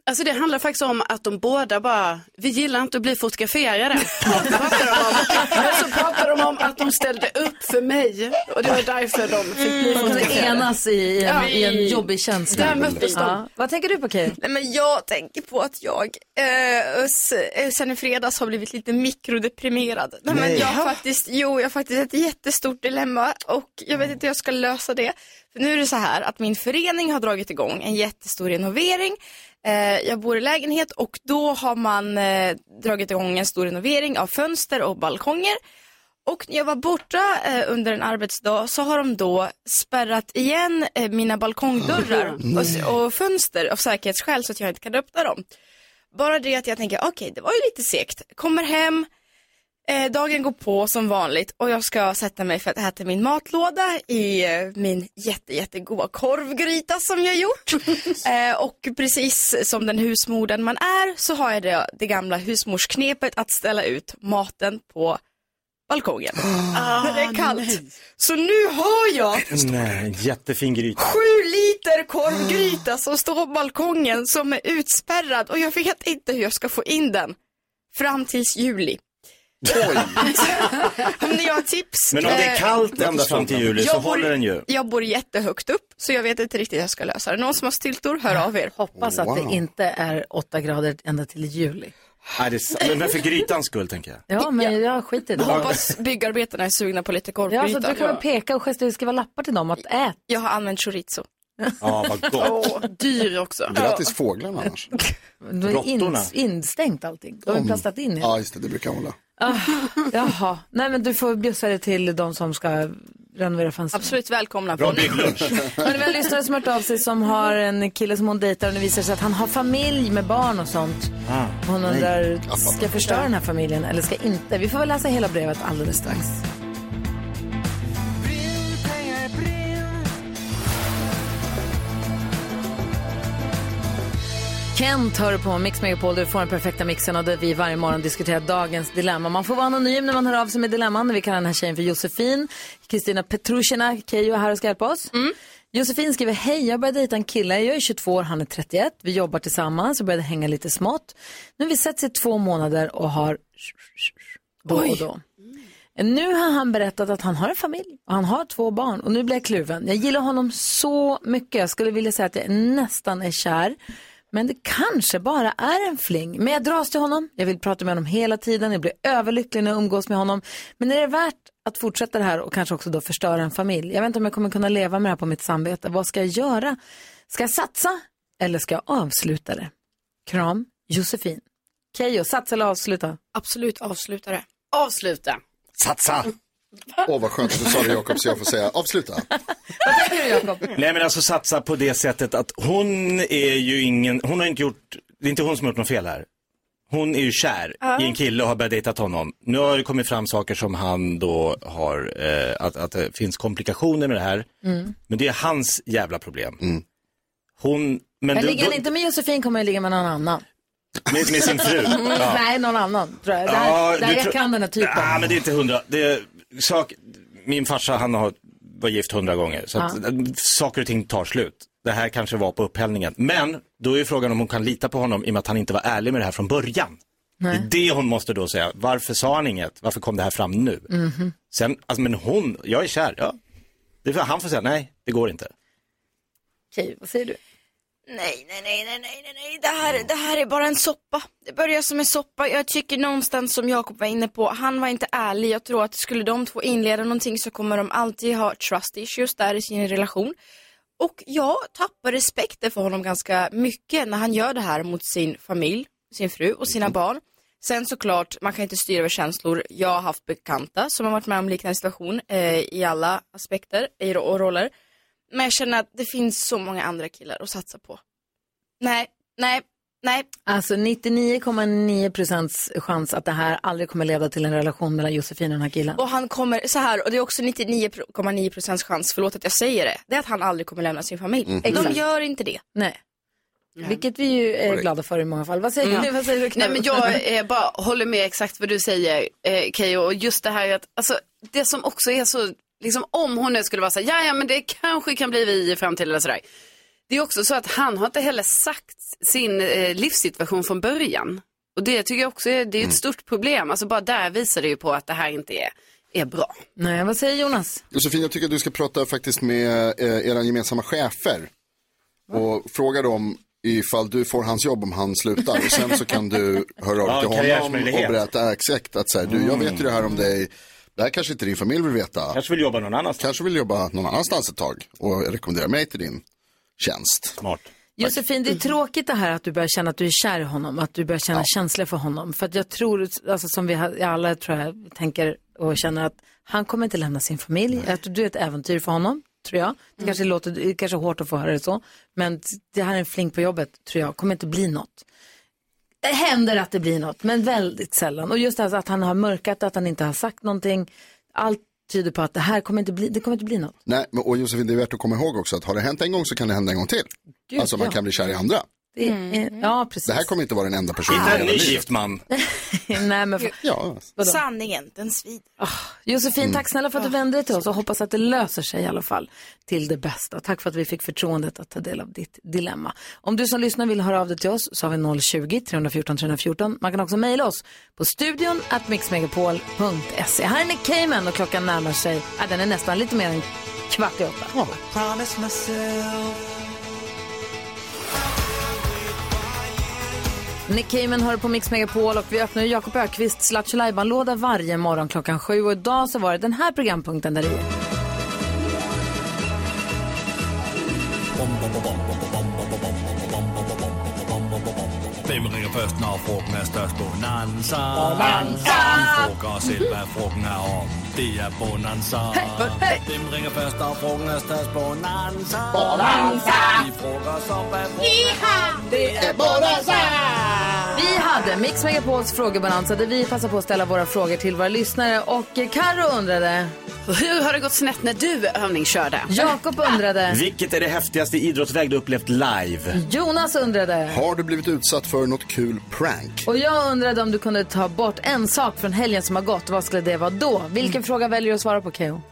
Alltså det handlar faktiskt om att de båda bara, vi gillar inte att bli fotograferade. Så pratar de om att de ställde upp för mig. Och det var därför de fick bli mm, fotograferade. Enas i en, ja, i en jobbig känsla. Ja. Vad tänker du på, Kay? Nej, men jag tänker på att jag eh, sen i fredags har blivit lite mikrodeprimerad. Nej, men jag har faktiskt, jo, jag har faktiskt ett jättestort dilemma och jag vet inte hur jag ska lösa det. För nu är det så här att min förening har dragit igång en jättestor renovering. Eh, jag bor i lägenhet och då har man eh, dragit igång en stor renovering av fönster och balkonger. Och när jag var borta eh, under en arbetsdag så har de då spärrat igen eh, mina balkongdörrar och, och fönster av säkerhetsskäl så att jag inte kan öppna dem. Bara det att jag tänker, okej, okay, det var ju lite segt. Kommer hem, eh, dagen går på som vanligt och jag ska sätta mig för att äta min matlåda i eh, min jätte, jättegoda korvgryta som jag gjort. eh, och precis som den husmorden man är så har jag det, det gamla husmorsknepet att ställa ut maten på balkongen. Ah, när det är kallt. Nej. Så nu har jag nej, jättefin gryta. Sju liter korvgryta som står på balkongen som är utspärrad och jag vet inte hur jag ska få in den fram tills juli. Om ni har tips. Men om det är kallt ända fram till juli så bor, håller den ju. Jag bor jättehögt upp så jag vet inte riktigt hur jag ska lösa det. Någon som har stiltor, hör av er. Hoppas att wow. det inte är åtta grader ända till juli. Nej, det är, men för grytans skull tänker jag. Ja, men jag skiter i det. Hoppas byggarbetarna är sugna på lite korvgryta. Ja, så du kommer peka och gestera, skriva lappar till dem att ät. Jag har använt chorizo. Ja, vad gott. Oh, dyr också. Grattis fåglarna annars. Du är in, instängt allting. Du har ju plastat in i. Ja, just det, det brukar hålla. Ah, jaha, nej men du får bjussa det till de som ska renovera fönstren. Absolut välkomna. Bra bygglunch. Men det var en lyssnare som har hört av sig som har en kille som hon dejtar och det visar sig att han har familj med barn och sånt. Ah, hon undrar, ska jag förstöra den här familjen eller ska inte? Vi får väl läsa hela brevet alldeles strax. Kent hör på Mix Megapol, du får den perfekta mixen och där vi varje morgon diskuterar dagens dilemma. Man får vara anonym när man hör av sig med dilemman. Vi kallar den här tjejen för Josefin. Kristina Petrushina, Keyyo är här och ska hjälpa oss. Mm. Josefin skriver, hej, jag började dejta en kille, jag är tjugotvå år, han är trettioett. Vi jobbar tillsammans och började hänga lite smått. Nu har vi sett sig två månader och har då och då. Nu har han berättat att han har en familj och han har två barn och nu blir jag kluven. Jag gillar honom så mycket, jag skulle vilja säga att jag nästan är kär. Men det kanske bara är en fling. Men jag dras till honom. Jag vill prata med honom hela tiden. Jag blir överlycklig när jag umgås med honom. Men är det värt att fortsätta det här och kanske också då förstöra en familj? Jag vet inte om jag kommer kunna leva med det här på mitt samvete. Vad ska jag göra? Ska jag satsa eller ska jag avsluta det? Kram, Josefin. Keyyo, satsa eller avsluta? Absolut, avsluta det. Avsluta. Satsa! Åh, oh, vad skönt. Du sa det, Jakob, så jag får säga avsluta. Vad tänker du, Jakob? Nej, men alltså satsa på det sättet att hon är ju ingen, hon har inte gjort, det är inte hon som har gjort något fel här. Hon är ju kär uh. i en kille och har börjat dejta honom. Nu har det kommit fram saker som han då har, eh, att, att det finns komplikationer med det här. Mm. Men det är hans jävla problem. Mm. Hon, men men du, ligger då, inte med Josefin kommer jag ligga med någon annan. Med, med sin fru? Ja. Nej, någon annan tror jag. Där, ja, där jag tro... kan den här typen. Ja, men det är inte hundra. Det är, sak... Min farsa, han har var gift hundra gånger. Så att, ja. Saker och ting tar slut. Det här kanske var på upphällningen. Men då är ju frågan om hon kan lita på honom i och med att han inte var ärlig med det här från början. Nej. Det är det hon måste då säga. Varför sa han inget? Varför kom det här fram nu? Mm-hmm. Sen, alltså, men hon, jag är kär. Ja. Det är, han får säga, nej, det går inte. Okej, vad säger du? Nej, nej, nej, nej, nej, nej, det här, det här är bara en soppa. Det börjar som en soppa. Jag tycker någonstans som Jakob var inne på, han var inte ärlig. Jag tror att skulle de två inleda någonting så kommer de alltid ha trust issues där i sin relation. Och jag tappar respekten för honom ganska mycket när han gör det här mot sin familj, sin fru och sina barn. Sen såklart, man kan inte styra över känslor. Jag har haft bekanta som har varit med om liknande situation eh, i alla aspekter och roller. Men jag känner att det finns så många andra killar att satsa på. Nej, nej, nej. Alltså nittionio komma nio procents chans att det här aldrig kommer leda till en relation mellan Josefin och den här killen. Och han kommer, så här, och det är också nittionio komma nio procents chans, förlåt att jag säger det, det är att han aldrig kommer lämna sin familj. Mm. De gör inte det. Nej. Mm. Vilket vi ju är glada för i många fall. Vad säger, mm. du, vad säger du? Nej, men jag eh, bara håller med exakt vad du säger, eh, Keyyo. Och just det här att, alltså, det som också är så, liksom om hon nu skulle vara så här, ja, ja men det kanske kan bli vi i framtiden eller sådär. Det är också så att han har inte heller sagt sin eh, livssituation från början. Och det tycker jag också är, det är ett stort problem. Alltså bara där visar det ju på att det här inte är, är bra. Nej, vad säger Jonas? Josefin, jag tycker att du ska prata faktiskt med eh, era gemensamma chefer. Och fråga dem ifall du får hans jobb om han slutar. Och sen så kan du höra av dig till honom och berätta exakt att så här, du, jag vet ju det här om dig. Det här kanske inte din familj vill veta. Kanske vill jobba någon annanstans. Kanske vill jobba någon annanstans ett tag. Och rekommendera mig till din tjänst. Smart. Josefin, det är tråkigt det här att du börjar känna att du är kär i honom. Att du börjar känna ja. känslor för honom. För att jag tror, alltså som vi alla tror jag tänker och känner att han kommer inte lämna sin familj. Att du är ett äventyr för honom, tror jag. Det kanske låter det kanske hårt att få höra det så. Men det här är en flink på jobbet, tror jag. Kommer inte bli något. Det händer att det blir något, men väldigt sällan. Och just alltså att han har mörkat, att han inte har sagt någonting. Allt tyder på att det här kommer inte bli, det kommer inte bli något. Nej, och Josefin, det är värt att komma ihåg också att har det hänt en gång så kan det hända en gång till. Gud, alltså man ja. kan bli kär i andra. Det är, mm. Ja, precis. Det här kommer inte vara den enda personen. Inte en nygift man. Nej, men för... ja. Sanningen, den svider. Oh, Josefin, mm. tack snälla för att du vände dig till oss och hoppas att det löser sig i alla fall till det bästa. Tack för att vi fick förtroendet att ta del av ditt dilemma. Om du som lyssnar vill höra av dig till oss så har vi noll tjugo, tre fjorton, tre fjorton. Man kan också mejla oss på studion at mixmegapol punkt se. Här är Nick Cayman och klockan närmar sig, ja, den är nästan lite mer än kvart i åtta. Oh. Nick Cayman hör på Mix Megapol och vi öppnar Jakob Ökvists Lattjo Lajban-låda varje morgon klockan sju. Och idag så var det den här programpunkten där det är. Hvem ringer først, når frugten er størst? Bonanza. Bonanza. Vi frågar oss selv, hvad frugten er om. Det er Bonanza. Hvem ringer først, når frugten er størst? Bonanza. Bonanza. Vi frågar oss om, hvad frugten er om. Det är Bonanza. Vi hade Mix Megapols frågebonanza där vi passar på att ställa våra frågor till våra lyssnare. Och Karo undrade... Hur har det gått snett när du övningskörde? Jakob undrade... Vilket är det häftigaste idrottsväg du upplevt live? Jonas undrade... Har du blivit utsatt för något kul prank? Och jag undrade om du kunde ta bort en sak från helgen som har gått. Vad skulle det vara då? Vilken mm. fråga väljer du att svara på, Keo?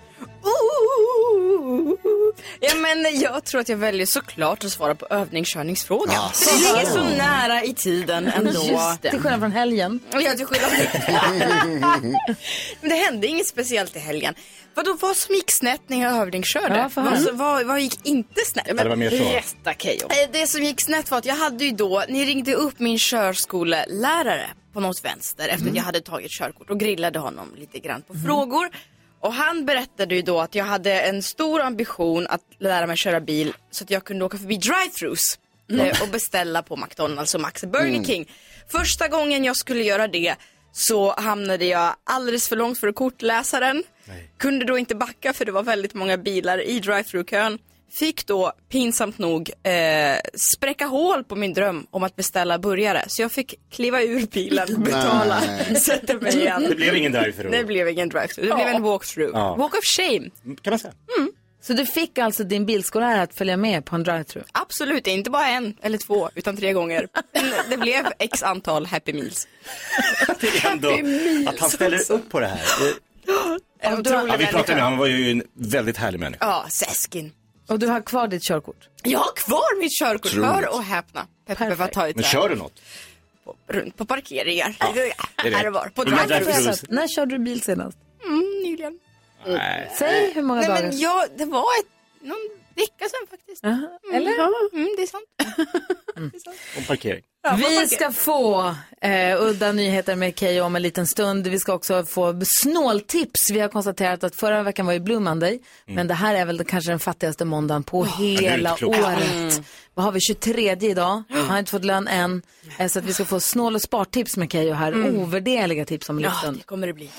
Ja, men jag tror att jag väljer såklart att svara på övningskörningsfrågan. Ah. Det ligger så nära i tiden ändå. Just det. Till skillnad från helgen. Ja, till skillnad Men det hände inget speciellt i helgen. Vadå, vad som gick snett när jag övningskörde? Ja, för alltså, vad, vad gick inte snett? Ja, det var mer så. Berätta, Keyyo. Det som gick snett var att jag hade ju då, ni ringde upp min körskolelärare på något vänster efter mm. att jag hade tagit körkort och grillade honom lite grann på mm. frågor. Och han berättade ju då att jag hade en stor ambition att lära mig köra bil så att jag kunde åka förbi drive-thrus mm. och beställa på McDonalds och Max Burger mm. King. Första gången jag skulle göra det så hamnade jag alldeles för långt för kortläsaren. Nej. Kunde då inte backa för det var väldigt många bilar i drive-thru-kön. Fick då pinsamt nog eh, spräcka hål på min dröm om att beställa burgare. Så jag fick kliva ur bilen, betala, sätta mig igen. Det blev ingen drive-thru. Det blev ingen drive-thru. Det blev en walk-through. Ja. Walk of shame. Kan man säga. Mm. Så du fick alltså din bilskollärare att följa med på en drive-thru? Absolut, inte bara en eller två utan tre gånger. Det blev x antal Happy Meals. Det är ändå att han ställer också upp på det här. Ja, vi pratade med, han var ju en väldigt härlig människa. Ja, Säskin. Och du har kvar ditt körkort? Jag har kvar mitt körkort, hör och häpna. Peppe var ta ut. Men kör du något? På, runt på parkeringar. Ja, det är det. Var. På När körde du bil senast? Mm, nyligen. Nej. Säg hur många Nej, dagar? Men jag, det var ett, någon vecka sedan faktiskt. Uh-huh. Eller? Mm, ja, mm, det är sant. Mm. det är sant. Om parkering. Ja, vi parkering. ska få eh, udda nyheter med Keyyo om en liten stund. Vi ska också få snåltips. Vi har konstaterat att förra veckan var ju Blue Monday. Mm. Men det här är väl kanske den fattigaste måndagen på oh, hela året. Mm. Vad har vi? tjugotredje idag. Jag har inte fått lön än. Eh, så att vi ska få snål- och spartips med Keyyo här. Mm. Ovärderliga tips om luften. Ja, det kommer det bli.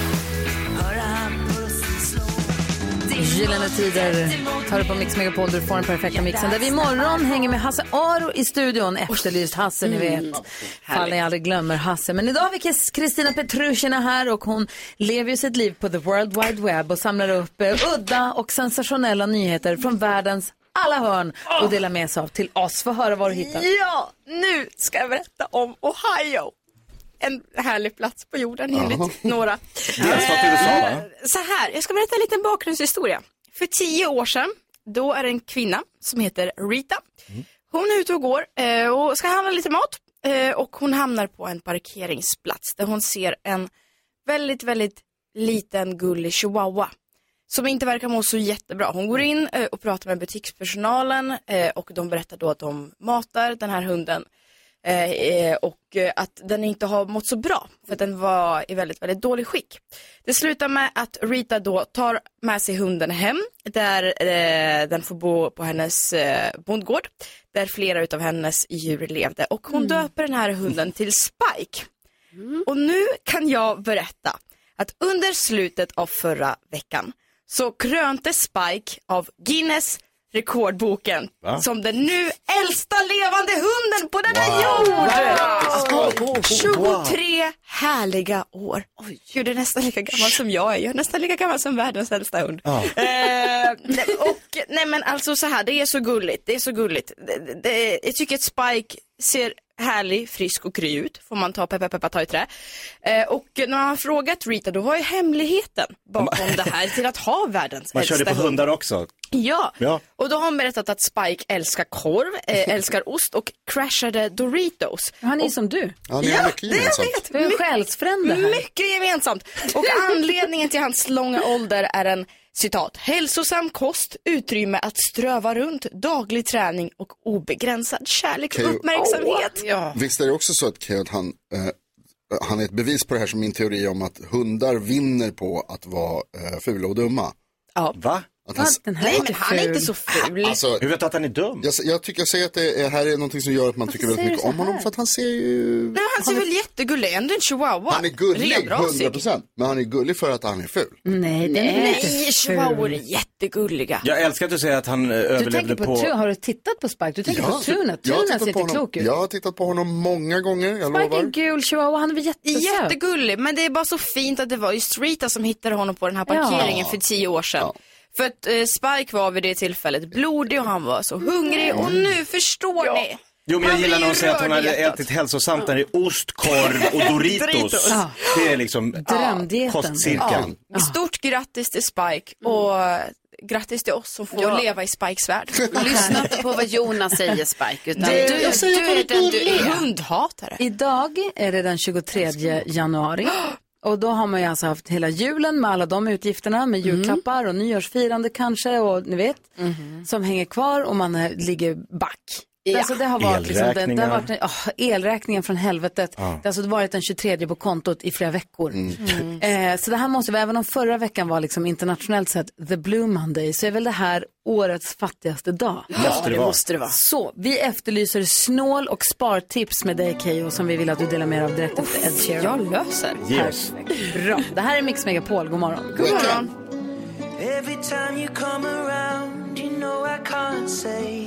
Gyllene tider tar du på Mix Megapol, du får den perfekta mixen där vi imorgon hänger med Hasse Aro i studion. Efterlyst Hasse, ni vet. Mm. Fall jag aldrig glömmer Hasse. Men idag har vi Kristina Petrushina här och hon lever ju sitt liv på the World Wide Web och samlar upp eh, udda och sensationella nyheter från världens alla hörn och delar med sig av till oss. Få höra vad du hittar. Ja, nu ska jag berätta om Ohio. En härlig plats på jorden enligt Aha. några. Det är stat i U S A, va? Så här, jag ska berätta en liten bakgrundshistoria. För tio år sedan Då är det en kvinna som heter Rita. Hon är ute och går eh, och ska handla lite mat. Eh, och hon hamnar på en parkeringsplats där hon ser en väldigt, väldigt liten gullig chihuahua. Som inte verkar må så jättebra. Hon går in eh, och pratar med butikspersonalen. Eh, och de berättar då att de matar den här hunden. Eh, och eh, att den inte har mått så bra. För att den var i väldigt, väldigt dålig skick. Det slutar med att Rita då tar med sig hunden hem. Där eh, den får bo på hennes eh, bondgård. Där flera utav hennes djur levde. Och hon mm. döper den här hunden till Spike. Mm. Och nu kan jag berätta att under slutet av förra veckan så krönte Spike av Guinness rekordboken Va? som den nu äldsta levande hunden på denna wow. jord. Wow. tjugotre härliga år. Oj, Gud, är nästan lika gammal som jag är. Jag är nästan lika gammal som världens äldsta hund. Oh. Eh, och nej men alltså så här, det är så gulligt. Det är så gulligt. Det, det, jag tycker att Spike ser härlig, frisk och kry ut. Får man ta peppa peppa ta i trä. Eh, och när man har frågat Rita, då var ju hemligheten bakom det här till att ha världens man äldsta körde på hund. hundar också. Ja. ja, och då har hon berättat att Spike älskar korv, äh, älskar ost och crashade Doritos. Han är och, som du. Ja, ni har mycket gemensamt. Det är en själsfrände här. Mycket gemensamt. Och anledningen till hans långa ålder är en, citat, hälsosam kost, utrymme att ströva runt, daglig träning och obegränsad kärlek och uppmärksamhet. Oh, ja. Visst är det också så att Kay, att han, eh, han är ett bevis på det här som min teori om att hundar vinner på att vara eh, fula och dumma. Ja. Va? Att han, den här Nej, men han är inte så ful. Alltså, hur vet du att han är dum? Jag, jag tycker jag säger att det är, här är någonting som gör att man tycker väldigt mycket om honom. För att han ser ju... Nej, han ser han väl är... jättegullig. Ändå en chihuahua. Han är gullig, hundra procent. Men han är gullig för att han är ful. Nej, det är Nej, inte chihuahuor är jättegulliga. Jag älskar att du säger att han uh, överlevde på... Du tänker på... på... Har du tittat på Spike? Du tänker ja, på Tuna. Tuna ser inte klok ut. Jag har tittat på honom många gånger, jag Spike lovar. är gul chihuahua, han är väl jättesöt. Jättegullig, men det är bara så fint att det var just Rita som hittade honom på den här parkeringen ja. för tio år sedan. Ja. För att eh, Spike var vid det tillfället blodig och han var så hungrig. Och nu förstår ja. ni. Jo, men jag gillar när hon säger att hon hade ätit hälsosamt när det är ost, korv och Doritos. Doritos. Ja. Det är liksom drömdieten. Kostcirkeln. Ja. Stort grattis till Spike och grattis till oss som får ja. leva i Spikes värld. Lyssna inte på vad Jonas säger, Spike. Utan det, du, jag säger du är den du är. Hundhatare. Idag är det den tjugotredje januari. Och då har man ju alltså haft hela julen med alla de utgifterna med julklappar mm. och nyårsfirande kanske och ni vet mm. som hänger kvar och man är, ligger back. Ja. Alltså det har varit liksom, det, det har varit oh, elräkningen från helvetet. Ja. Det har alltså varit den tjugotredje på kontot i flera veckor. Mm. Mm. Eh, så det här måste vi, även om förra veckan var liksom internationellt sett the Blue Monday, så är väl det här årets fattigaste dag. Ja, måste det, det måste det vara. Så vi efterlyser snål och spartips med dig, Keyyo, som vi vill att du delar med dig av direkt efter Ed Sheeran. Jag löser. Yes. Bra. Det här är Mix Megapol. God morgon. God morgon. Every time you come around, you know I can't say.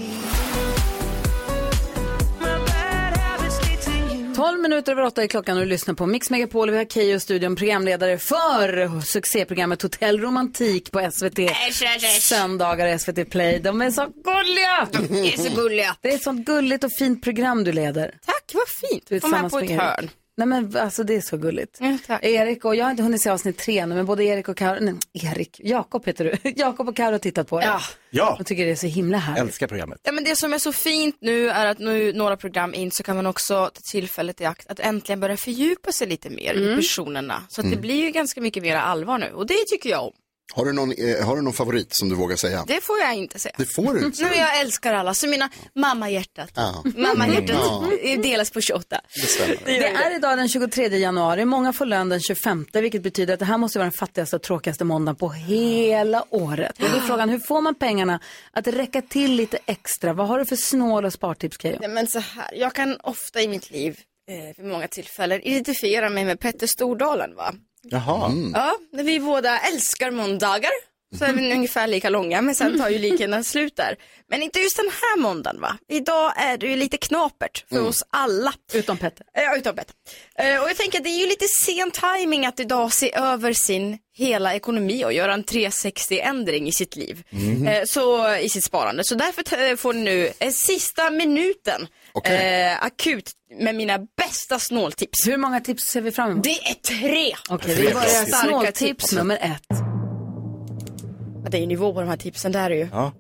tolv minuter över åtta i klockan och du lyssnar på Mix Megapol. Vi har Keyyo, studion, programledare för succéprogrammet Hotell Romantik på S V T. Äsch, äsch, äsch. Söndagar S V T Play. De är så gulliga! De är så gulliga. Det är ett sånt gulligt och fint program du leder. Tack, vad fint. Du är de här på ett hörn. Nej men alltså det är så gulligt. Ja, tack. Erik och jag har inte hunnit se avsnitt tre nu, men både Erik och Karo, nej Erik, Jakob heter du. Jakob och Karo har tittat på det. Ja. Ja. Jag tycker det är så himla härligt. Älskar programmet. Ja, men det som är så fint nu är att nu några program in så kan man också ta tillfället i akt att äntligen börja fördjupa sig lite mer mm. i personerna. Så att mm. det blir ju ganska mycket mer allvar nu och det tycker jag om. Har du, någon, eh, har du någon favorit som du vågar säga? Det får jag inte säga. Det får du inte säga. Nej, jag älskar alla. Så mina mammahjärtat. Ja. Mammahjärtat mm. delas på tjugoåtta. Det, det är idag den tjugotredje januari. Många får lön den tjugofemte, vilket betyder att det här måste vara den fattigaste och tråkigaste måndagen på hela året. Och då är frågan, hur får man pengarna att räcka till lite extra? Vad har du för snål och spartips, Keyyo? Ja, men så här, jag kan ofta i mitt liv eh, vid många tillfällen identifiera mig med Petter Stordalen, va? Jaha. Mm. Ja, när vi båda älskar måndagar. Så är vi ungefär lika långa, men sen tar ju liken slut där. Men inte just den här måndagen, va? Idag är det ju lite knapert för mm. oss alla. Utom Petter. Ja, utom Petter. Uh, och jag tänker att det är ju lite sen timing att idag se över sin hela ekonomi och göra en trehundrasextio-ändring i sitt liv. Mm. Uh, så i sitt sparande. Så därför t- får ni nu uh, sista minuten okay. uh, akut med mina bästa snåltips. Hur många tips ser vi fram emot? Det är tre! Okej, okay, vi börjar snåltips nummer ett. Det är ju nivå på de här tipsen, där är ju. Ja.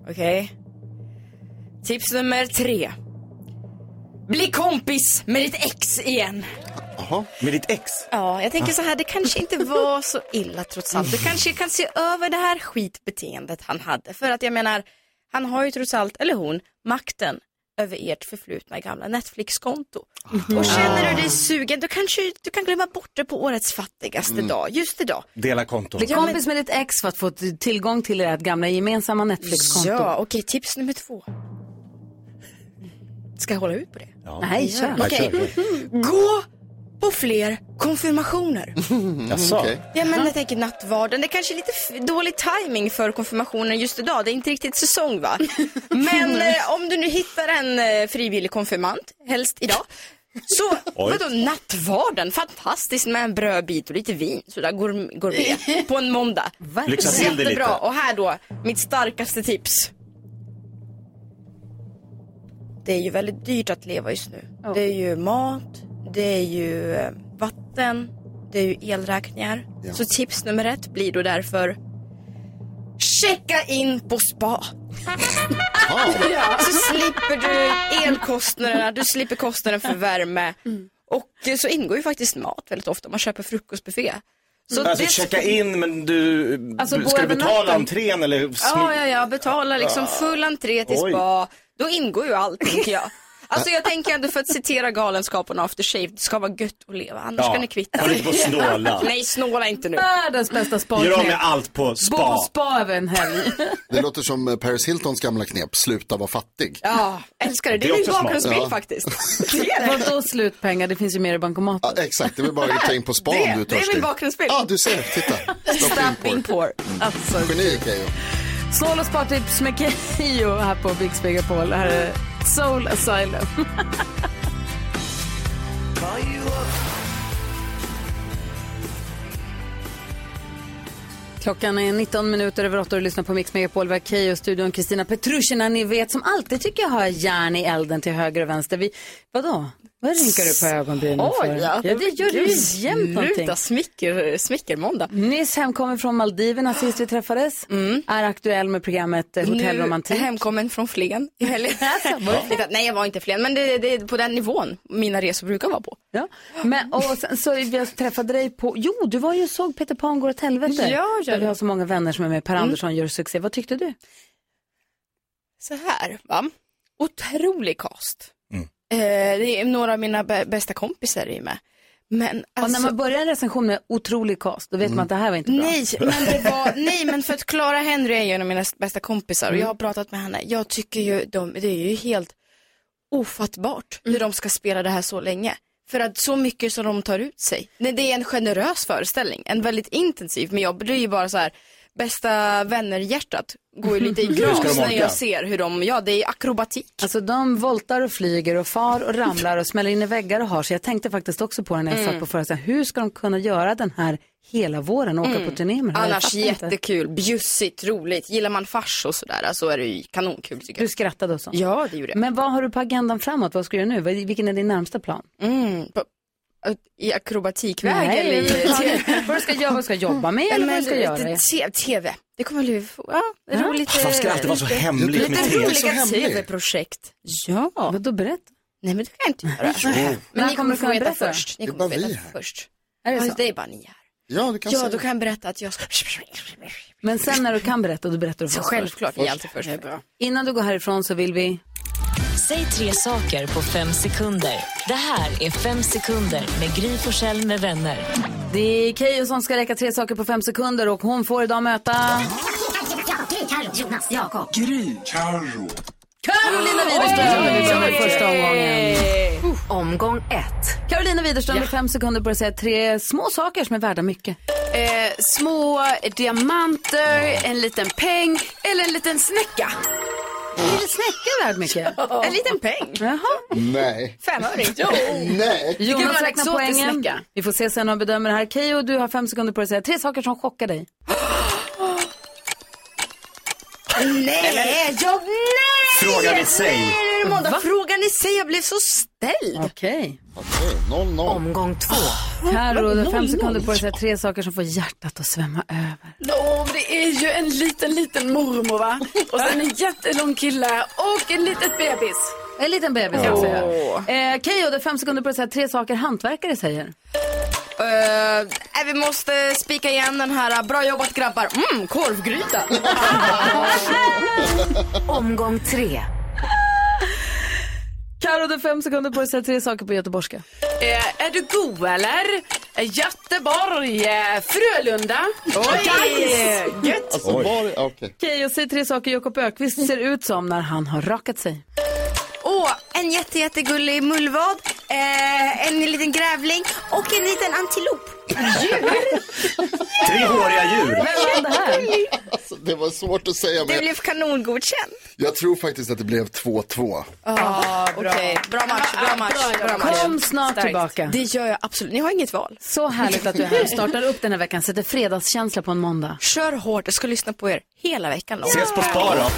Okej. Okay. Tips nummer tre. Bli kompis med ditt ex igen. Jaha, med ditt ex? Ja, jag tänker så här, det kanske inte var så illa trots allt. Du kanske kan se över det här skitbeteendet han hade. För att jag menar, han har ju trots allt, eller hon, makten över ert förflutna gamla Netflix-konto. Mm. Och känner du dig sugen, då kanske du kan glömma bort det på årets fattigaste mm. dag, just idag. Dela konto. Bli kompis med ditt ex för att få tillgång till ert gamla gemensamma Netflix-konto. Ja, okej, okay, tips nummer två. Ska jag hålla ut på det? Ja. Nej, kör. Okej, okay. Gå på fler konfirmationer. Jaså? Okay. Ja, men jag tänker nattvarden. Det är kanske lite f- dålig timing för konfirmationen just idag. Det är inte riktigt säsong, va? Men eh, om du nu hittar en eh, frivillig konfirmand, helst idag. Så, vadå, nattvarden? Fantastiskt med en brödbit och lite vin. Så där går, går med på en måndag. Lyxa till det lite. Och här då, mitt starkaste tips. Det är ju väldigt dyrt att leva just nu. Oh. Det är ju mat, det är ju vatten, det är ju elräkningar. Ja. Så tips nummer ett blir då därför: checka in på spa. Oh. Ja. Så slipper du elkostnaderna, du slipper kostnaden för värme. Mm. Och så ingår ju faktiskt mat väldigt ofta. Man köper frukostbuffé. Så alltså det... checka in, men du alltså, ska du betala entrén eller? Ja, ja, ja, betala liksom full entré till Oj. Spa. Då ingår ju allt, tänker jag. Alltså jag tänker ändå, för att citera Galenskaparna After Shave, det ska vara gött att leva, annars ja. Ska ni kvitta. Kan du inte få snåla? Nej, snåla inte nu. Världens bästa spa. Gör med allt på spa. Bo på spa över en helg. Det låter som Paris Hiltons gamla knep, sluta vara fattig. Ja, älskar det. Det, det är ju bakgrundsbild ja. Faktiskt. Vadå slutpengar? Det finns ju mer i bankomaten. Ja, exakt, det vill bara ta in på spa det, om du är törstig. Det är min bakgrundsbild. Ja, ah, du ser, titta. Stamping por. Alltså. Geni, Keyyo. Snål och spartips med Keyyo här på Big Spegapol. Här är Soul Asylum. Klockan är nitton minuter över åtta och lyssnar på Mix Megapol. Vi har Keyyo-studion, Kristina Petrushina, ni vet, som alltid tycker jag har järn i elden till höger och vänster. Vi, vadå? Vad rinkar du på ögonbrynen för? Oh, ja. ja, det gör du jämt någonting. Sluta smicker, smickermåndag. Nyss hemkommen från Maldiverna sist vi träffades. Mm. Är aktuell med programmet Hotellromantik. Nu hemkommen från Flen i helgen. Nej, jag var inte Flen, men det, det är på den nivån mina resor brukar vara på. Ja. Men, och sen, så vi träffade dig på... Jo, du var ju och såg Peter Pan går åt helvete. Ja, ja. Vi har så många vänner som är med. Per mm. Andersson gör succé. Vad tyckte du? Så här, va? Otrolig cast. Mm. Eh, det är några av mina b- bästa kompisar i med. Men alltså... Och när man börjar en recension med otrolig cast, då vet mm. man att det här var inte bra. Nej, men det var, nej, men för att Clara Henry är en av mina bästa kompisar och jag har pratat med henne. Jag tycker ju, de, det är ju helt ofattbart hur mm. de ska spela det här så länge. För att så mycket som de tar ut sig. Det är en generös föreställning, en väldigt intensiv, men jag blir ju bara så här, bästa vänner-hjärtat går ju lite i gras när jag ser hur de, ja, det är akrobatik. Alltså de voltar och flyger och far och ramlar och smäller in i väggar och har sig. Jag tänkte faktiskt också på den när jag mm. satt på förra, hur ska de kunna göra den här hela våren och åka mm. på turné med? Annars jättekul, bjussigt, roligt. Gillar man fars och sådär så är det ju kanonkul tycker jag. Du skrattade och så? Ja, det gjorde jag. Men vad har du på agendan framåt? Vad ska du göra nu? Vilken är din närmsta plan? Mm, på, i akrobatikväg? Nej, eller i, vad du ska göra, vad du ska jobba med eller vad du ska göra? T- TV. Det kommer bli ja, ja. roligt. Varför ska det alltid vara så hemligt med T V? Lite roliga T V-projekt. Ja, vad då berätta? Nej, men det kan jag inte göra. Men, men ni kommer få veta berätta först. Ni kommer få veta först. Är det, så? Det är bara ni här. Ja, du kan ja säga. då kan jag berätta att jag ska... Men sen när du kan berätta, då berättar du så självklart, jag är alltid först. Innan du går härifrån så vill vi... Säg tre saker på fem sekunder. Det här är fem sekunder med Gry Forssell med vänner. Det är Keyyo som ska räcka tre saker på fem sekunder och hon får idag möta... Gry, Carro, Jonas, Jakob. Gry, Carro. Carolina Widerström i första omgången. Uh. Omgång ett. Carolina Widerström i fem sekunder på att säga tre små saker som är värda mycket. Eh, små diamanter, en liten peng eller en liten snäcka. Är det snäcka värd mycket? En liten peng. Jaha. Nej. Femöring. Nej. Jonas räknar poängen. Snäcka. Vi får se sen om vi bedömer det här. Keyyo, du har fem sekunder på att säga tre saker som chockar dig. Nej, jag, nej! Fråga vi sig. är måndagfrågan i sig, jag blev så ställd. Okej. Okej, noll noll. Omgång två. Carro, du har fem sekunder på dig att säga tre saker som får hjärtat att svämma över. Åh, det är ju en liten, liten mormor, va? Och sen en jättelång kille och en litet bebis. En liten bebis, kan jag säga. Eh, Keyyo, du har fem sekunder på dig att säga tre saker hantverkare säger. Uh, vi måste spika igen den här. Bra jobbat grabbar. Mm, korvgryta. Omgång tre. Carro, du har fem sekunder på dig att säga tre saker på göteborgska. Eh, är du god eller? Göteborg, eh, Frölunda. Oj, gött. Alltså, var, okay. Keyyo, säg tre saker Jakob Ökvist ser ut som när han har rakat sig. Åh, en jätte, jättegullig mullvad, eh, en liten grävling och en liten antilop. Djur? Tre håriga djur. Vem var det här? Alltså, det var svårt att säga. Det Men blev kanongodkänt. jag tror faktiskt att det blev två två. Ah, bra. Okay. Bra match, bra match. Bra match. Kom snart Starkt. Tillbaka. Det gör jag absolut. Ni har inget val. Så härligt att du är här. Startar upp den här veckan. Sätter fredagskänsla på en måndag. Kör hårt. Jag ska lyssna på er hela veckan. Då. Ses på Spar då.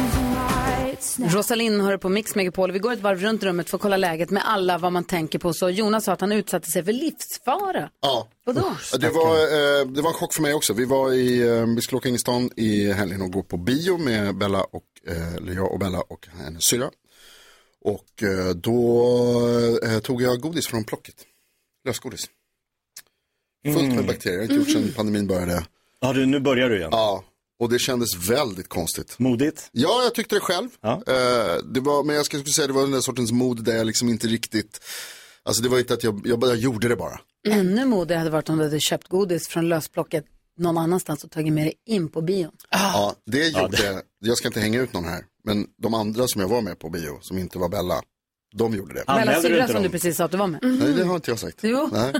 Rosalind hör på Mix Megapol. Vi går ett varv runt rummet för att kolla läget med alla vad man tänker på. Så Jonas sa att han utsatte sig för livsfara. Ja. Vadå? Det var, eh, det var en chock för mig också. Vi var i, eh, vi skulle åka in i stan i helgen och gå på bio med Bella och, eh, eller jag och Bella och hennes syrra. Och eh, då eh, tog jag godis från plocket. Lösgodis. Fullt med bakterier. Jag har inte gjort sedan pandemin började. Ja, du, nu börjar du igen. Ja. Och det kändes väldigt konstigt. Modigt? Ja, jag tyckte det själv. Ja. Uh, det var, men jag skulle säga det var den där sortens mod där jag liksom inte riktigt... Alltså det var inte att jag, jag bara gjorde det bara. Ännu modigare hade varit om du hade köpt godis från lösplocket någon annanstans och tagit med dig in på bion. Ah. Ja, det gjorde... Ja, det... Jag ska inte hänga ut någon här. Men de andra som jag var med på bio, som inte var Bella, de gjorde det. Bella syrra som du precis sa att du var med. Mm. Nej, det har inte jag sagt. Jo. Nej.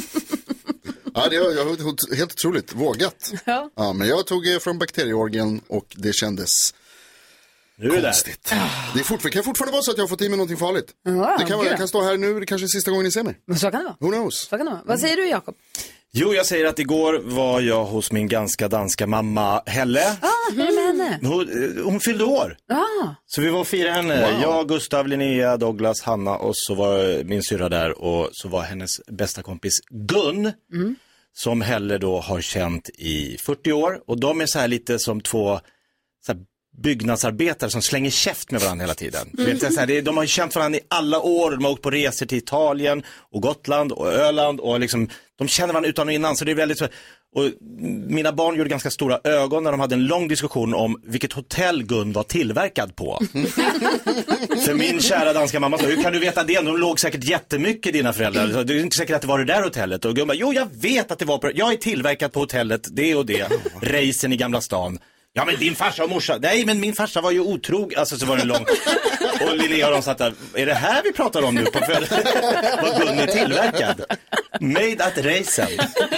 Ja, det var helt otroligt. Vågat. Ja. Ja, men jag tog från bakterieorgen och det kändes nu är konstigt. Det, det är fort, kan fortfarande vara så att jag har fått i mig någonting farligt. Ja, det kan vara, jag kan stå här nu, det kanske är sista gången ni ser mig. Men så kan det vara. Who knows? Så kan det vara. Vad säger du, Jakob? Jo, jag säger att igår var jag hos min ganska danska mamma Helle. Ah, hur är det med henne? Hon, hon fyllde år. Ah. Så vi var och firade henne. Wow. Jag, Gustav, Linnea, Douglas, Hanna och så var min syrra där. Och så var hennes bästa kompis Gun. Mm. Som Helle då har känt i fyrtio år. Och de är så här lite som två så här byggnadsarbetare som slänger käft med varandra hela tiden. Mm. Vet jag, så här, det, de har känt varandra i alla år. De har åkt på resor till Italien och Gotland och Öland. Och liksom, de känner varandra utan och innan. Så det är väldigt så. Och mina barn gjorde ganska stora ögon när de hade en lång diskussion om vilket hotell Gun var tillverkad på. För min kära danska mamma sa, hur kan du veta det? De låg säkert jättemycket dina föräldrar. Det är inte säkert att det var det där hotellet. Och Gun bara, jo jag vet att det var på, jag är tillverkad på hotellet, det och det. Racen i Gamla stan. Ja men din farsa och morsa, nej men min farsa var ju otrog. Alltså så var det lång. Och Linnea och de satt där, är det här vi pratar om nu? På vad Gun är tillverkad? Made at Racen.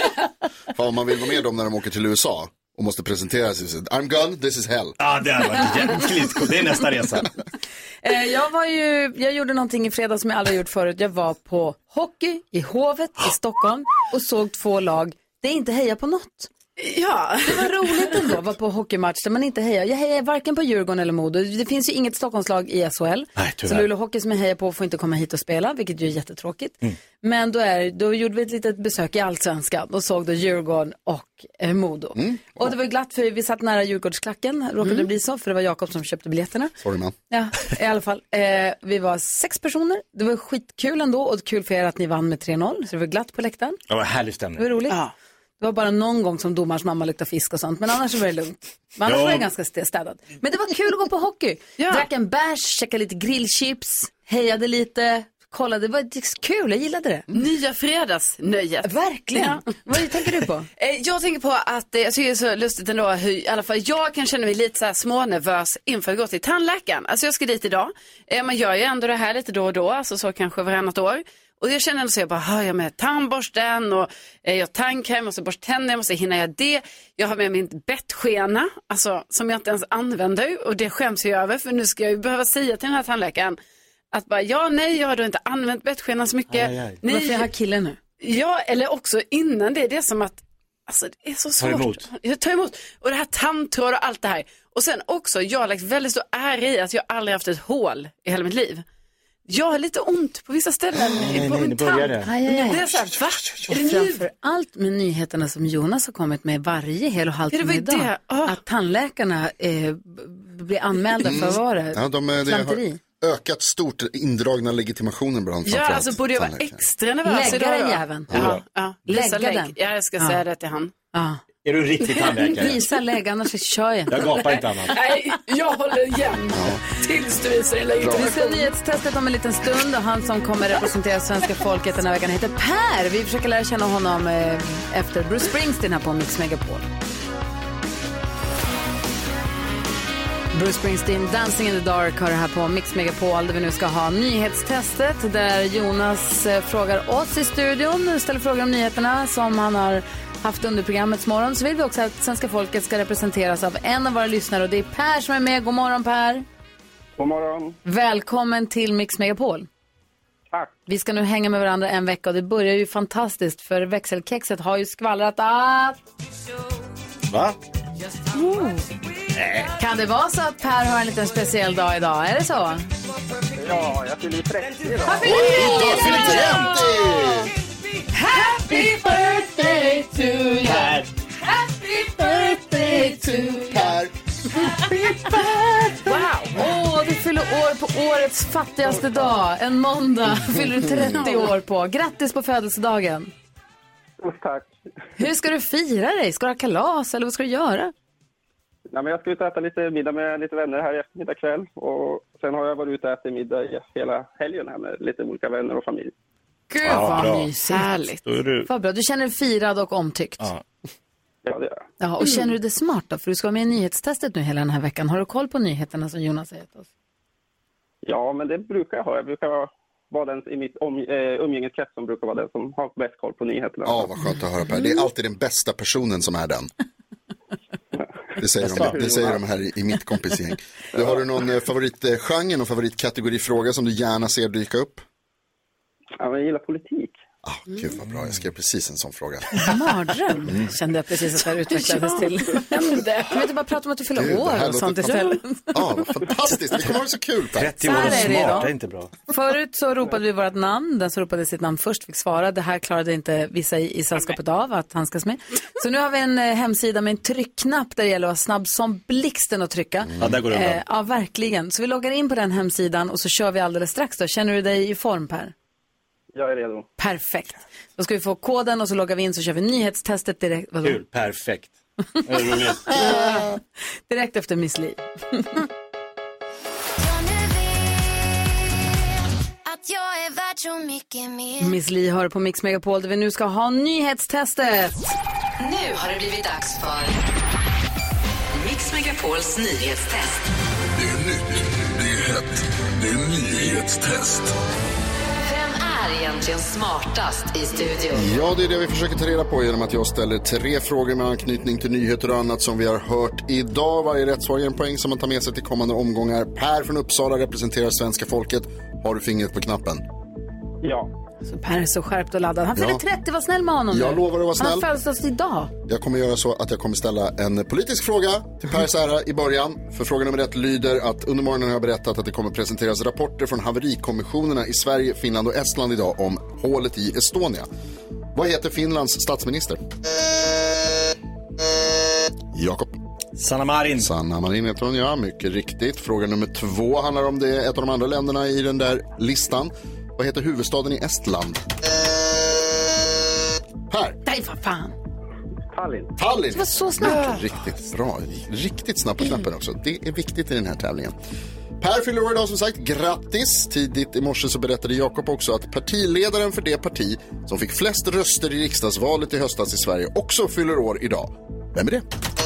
Fan, man vill vara med dem när de åker till U S A och måste presentera sig. I'm Gun, this is hell. Ja, det har varit jäkligt coolt. Det är nästa resa. Eh, jag var ju, jag gjorde någonting i fredag som jag aldrig gjort förut. Jag var på hockey i Hovet i Stockholm och såg två lag. Det är inte heja på något. Ja. Det var roligt ändå att vara på hockeymatch där man inte hejar. Jag hejar varken på Djurgården eller Modo. Det finns ju inget Stockholmslag i S H L. Nej, så Luleå Hockey som jag hejar på får inte komma hit och spela, vilket ju är jättetråkigt. Mm. Men då, är, då gjorde vi ett litet besök i Allsvenskan och såg då Djurgården och eh, Modo. Mm. Och det var glatt för vi satt nära Djurgårdsklacken, råkade mm. bli så, för det var Jakob som köpte biljetterna. Sorry man. Ja, i alla fall. Eh, vi var sex personer. Det var skitkul ändå och kul för er att ni vann med tre noll. Så det var glatt på läktaren. Det var härlig stämning. Det var roligt. Ja. Det var bara någon gång som domars mamma luktade fisk och sånt. Men annars var det lugnt. Men annars ja. var det ganska städat. Men det var kul att gå på hockey. Ja. Drack en bärs, käkade lite grillchips, hejade lite, kollade. Det var kul, jag gillade det. Nya fredagsnöjet. Verkligen. Ja. Vad tänker du på? Jag tänker på att jag tycker det är så lustigt ändå hur i alla fall jag kan känna mig lite så här smånervös inför att gå till tandläkaren. Alltså jag ska dit idag. Man gör ju ändå det här lite då och då, alltså så kanske varannat år. Och jag känner ändå så jag bara, hör jag med tandborsten och eh, jag har tandkräm, jag måste borsta tänderna, jag måste hinna göra det. Jag har med min bettskena, alltså som jag inte ens använder och det skäms jag över för nu ska jag ju behöva säga till den här tandläkaren att bara, ja nej jag har då inte använt bettskenan så mycket. Aj, aj. Nej. Varför jag har killen nu? Ja, eller också innan det, det är som att Alltså det är så svårt. Ta emot. Jag tar emot. Och det här tandtråd och allt det här. Och sen också, jag har lagt väldigt stor ära i att jag aldrig haft ett hål i hela mitt liv. Jag har lite ont på vissa ställen nej, på nej, min tand. det. Det är så här, va? Och framför allt med nyheterna som Jonas har kommit med varje hel och halvtimme idag. Det. Oh. Att tandläkarna eh, blir anmälda för vad det? Ja, de är, det har ökat stort indragna legitimationen bland ja, alltså borde jag vara extra nervös. Lägga den jäveln. Ja, ja. Lägga lägg. den. Ja, jag ska ja. säga det till han. Ja. Är du riktigt tandläkare? Visa lägg, annars kör jag inte. Jag gapar inte annat. Nej, jag håller igen. Ja. Tills du visar en legitimation. Vi ska ha nyhetstestet om en liten stund. Och han som kommer representera svenska folket den här veckan heter Per. Vi försöker lära känna honom eh, efter Bruce Springsteen här på Mix Megapol. Bruce Springsteen, Dancing in the Dark har det här på Mix Megapol där vi nu ska ha nyhetstestet där Jonas eh, frågar oss i studion, ställer frågor om nyheterna som han har haft under programmets morgon. Så vill vi också att svenska folket ska representeras av en av våra lyssnare och det är Per som är med. God morgon Per. God morgon. Välkommen till Mix Megapol. Tack. Vi ska nu hänga med varandra en vecka och det börjar ju fantastiskt för växelkexet har ju skvallrat att... Va? Mm. Kan det vara så att Per har en liten speciell dag idag? Är det så? Ja, jag fyller trettio idag. Happy trettio! Happy birthday to you! Per. Happy birthday to you! Per. Happy birthday! Wow! Åh, oh, du fyller år på årets fattigaste dag. En måndag fyller du trettio år på. Grattis på födelsedagen! Tack! Hur ska du fira dig? Ska du ha kalas eller vad ska du göra? Nej, men jag ska ut och äta lite middag med lite vänner här i eftermiddag kväll. Och sen har jag varit ute och ätit middag hela helgen här med lite olika vänner och familj. Gud ja, vad mysigt. Du... Vad bra, du känner dig firad och omtyckt. Ja, ja det gör jag. Ja, och känner du det smart då? För du ska vara med i nyhetstestet nu hela den här veckan. Har du koll på nyheterna som Jonas har gett oss? Ja, men det brukar jag ha. Jag brukar vara den i mitt om, eh, umgängeskrets som brukar vara den som har bäst koll på nyheterna. Ja, vad skönt att höra Per. Det är alltid den bästa personen som är den. Det säger, de, det säger de här i mitt kompisgäng. Du, har du någon favoritgenre, någon favoritkategorifråga som du gärna ser dyka upp? Ja, men jag gillar politik. Ah, gud vad bra, jag skrev precis en sån fråga. Mardröm, mm. kände jag precis att det här utvecklades till. Kan vi inte bara prata om att du fyller gud, år och sånt istället? Ja, vad fantastiskt, det kommer vara så kul. trettio år och smart, det är inte bra. Förut så ropade vi vårt namn, den som ropade sitt namn först fick svara. Det här klarade inte vissa i, i sällskapet av att handskas med. Så nu har vi en eh, hemsida med en tryckknapp där det gäller att vara snabb som blixten att trycka. Mm. Ja, där går det bra. Eh, ja, verkligen. Så vi loggar in på den hemsidan och så kör vi alldeles strax då. Känner du dig i form, Per? Jag är redo. Perfekt. Då ska vi få koden och så loggar vi in så kör vi nyhetstestet direkt. Vadå? Kul, perfekt. Direkt efter Miss Li. Miss Li hör på Mix Megapol där vi nu ska ha nyhetstestet. Nu har det blivit dags för Mix Megapols nyhetstest. Det är nytt, det är hett, det är nyhetstest. Egentligen smartast i studion. Ja, det är det vi försöker ta reda på genom att jag ställer tre frågor med anknytning till nyheter och annat som vi har hört idag. Varje rätt svar ger en poäng som man tar med sig till kommande omgångar. Per från Uppsala representerar svenska folket. Har du fingret på knappen? Ja. Så Per är så skärpt och laddad. Han fyller ja. trettio, var snäll med honom. Jag nu. lovar att vara snäll. Han födelsedags idag. Jag kommer göra så att jag kommer ställa en politisk fråga till Per Sära i början. För fråga nummer ett lyder att under morgonen har jag berättat att det kommer presenteras rapporter från haverikommissionerna i Sverige, Finland och Estland idag om hålet i Estonia. Vad heter Finlands statsminister? Jakob. Sanna Marin. Sanna Marin heter hon, ja, mycket riktigt. Fråga nummer två handlar om det, ett av de andra länderna i den där listan. Vad heter huvudstaden i Estland? Per. Nej, vad fan. Tallinn. Tallinn. Det var så snabbt. Riktigt bra. Riktigt snabbt på knappen också. Det är viktigt i den här tävlingen. Per fyller år idag som sagt. Grattis. Tidigt i morse så berättade Jakob också att partiledaren för det parti som fick flest röster i riksdagsvalet i höstas i Sverige också fyller år idag. Vem är det?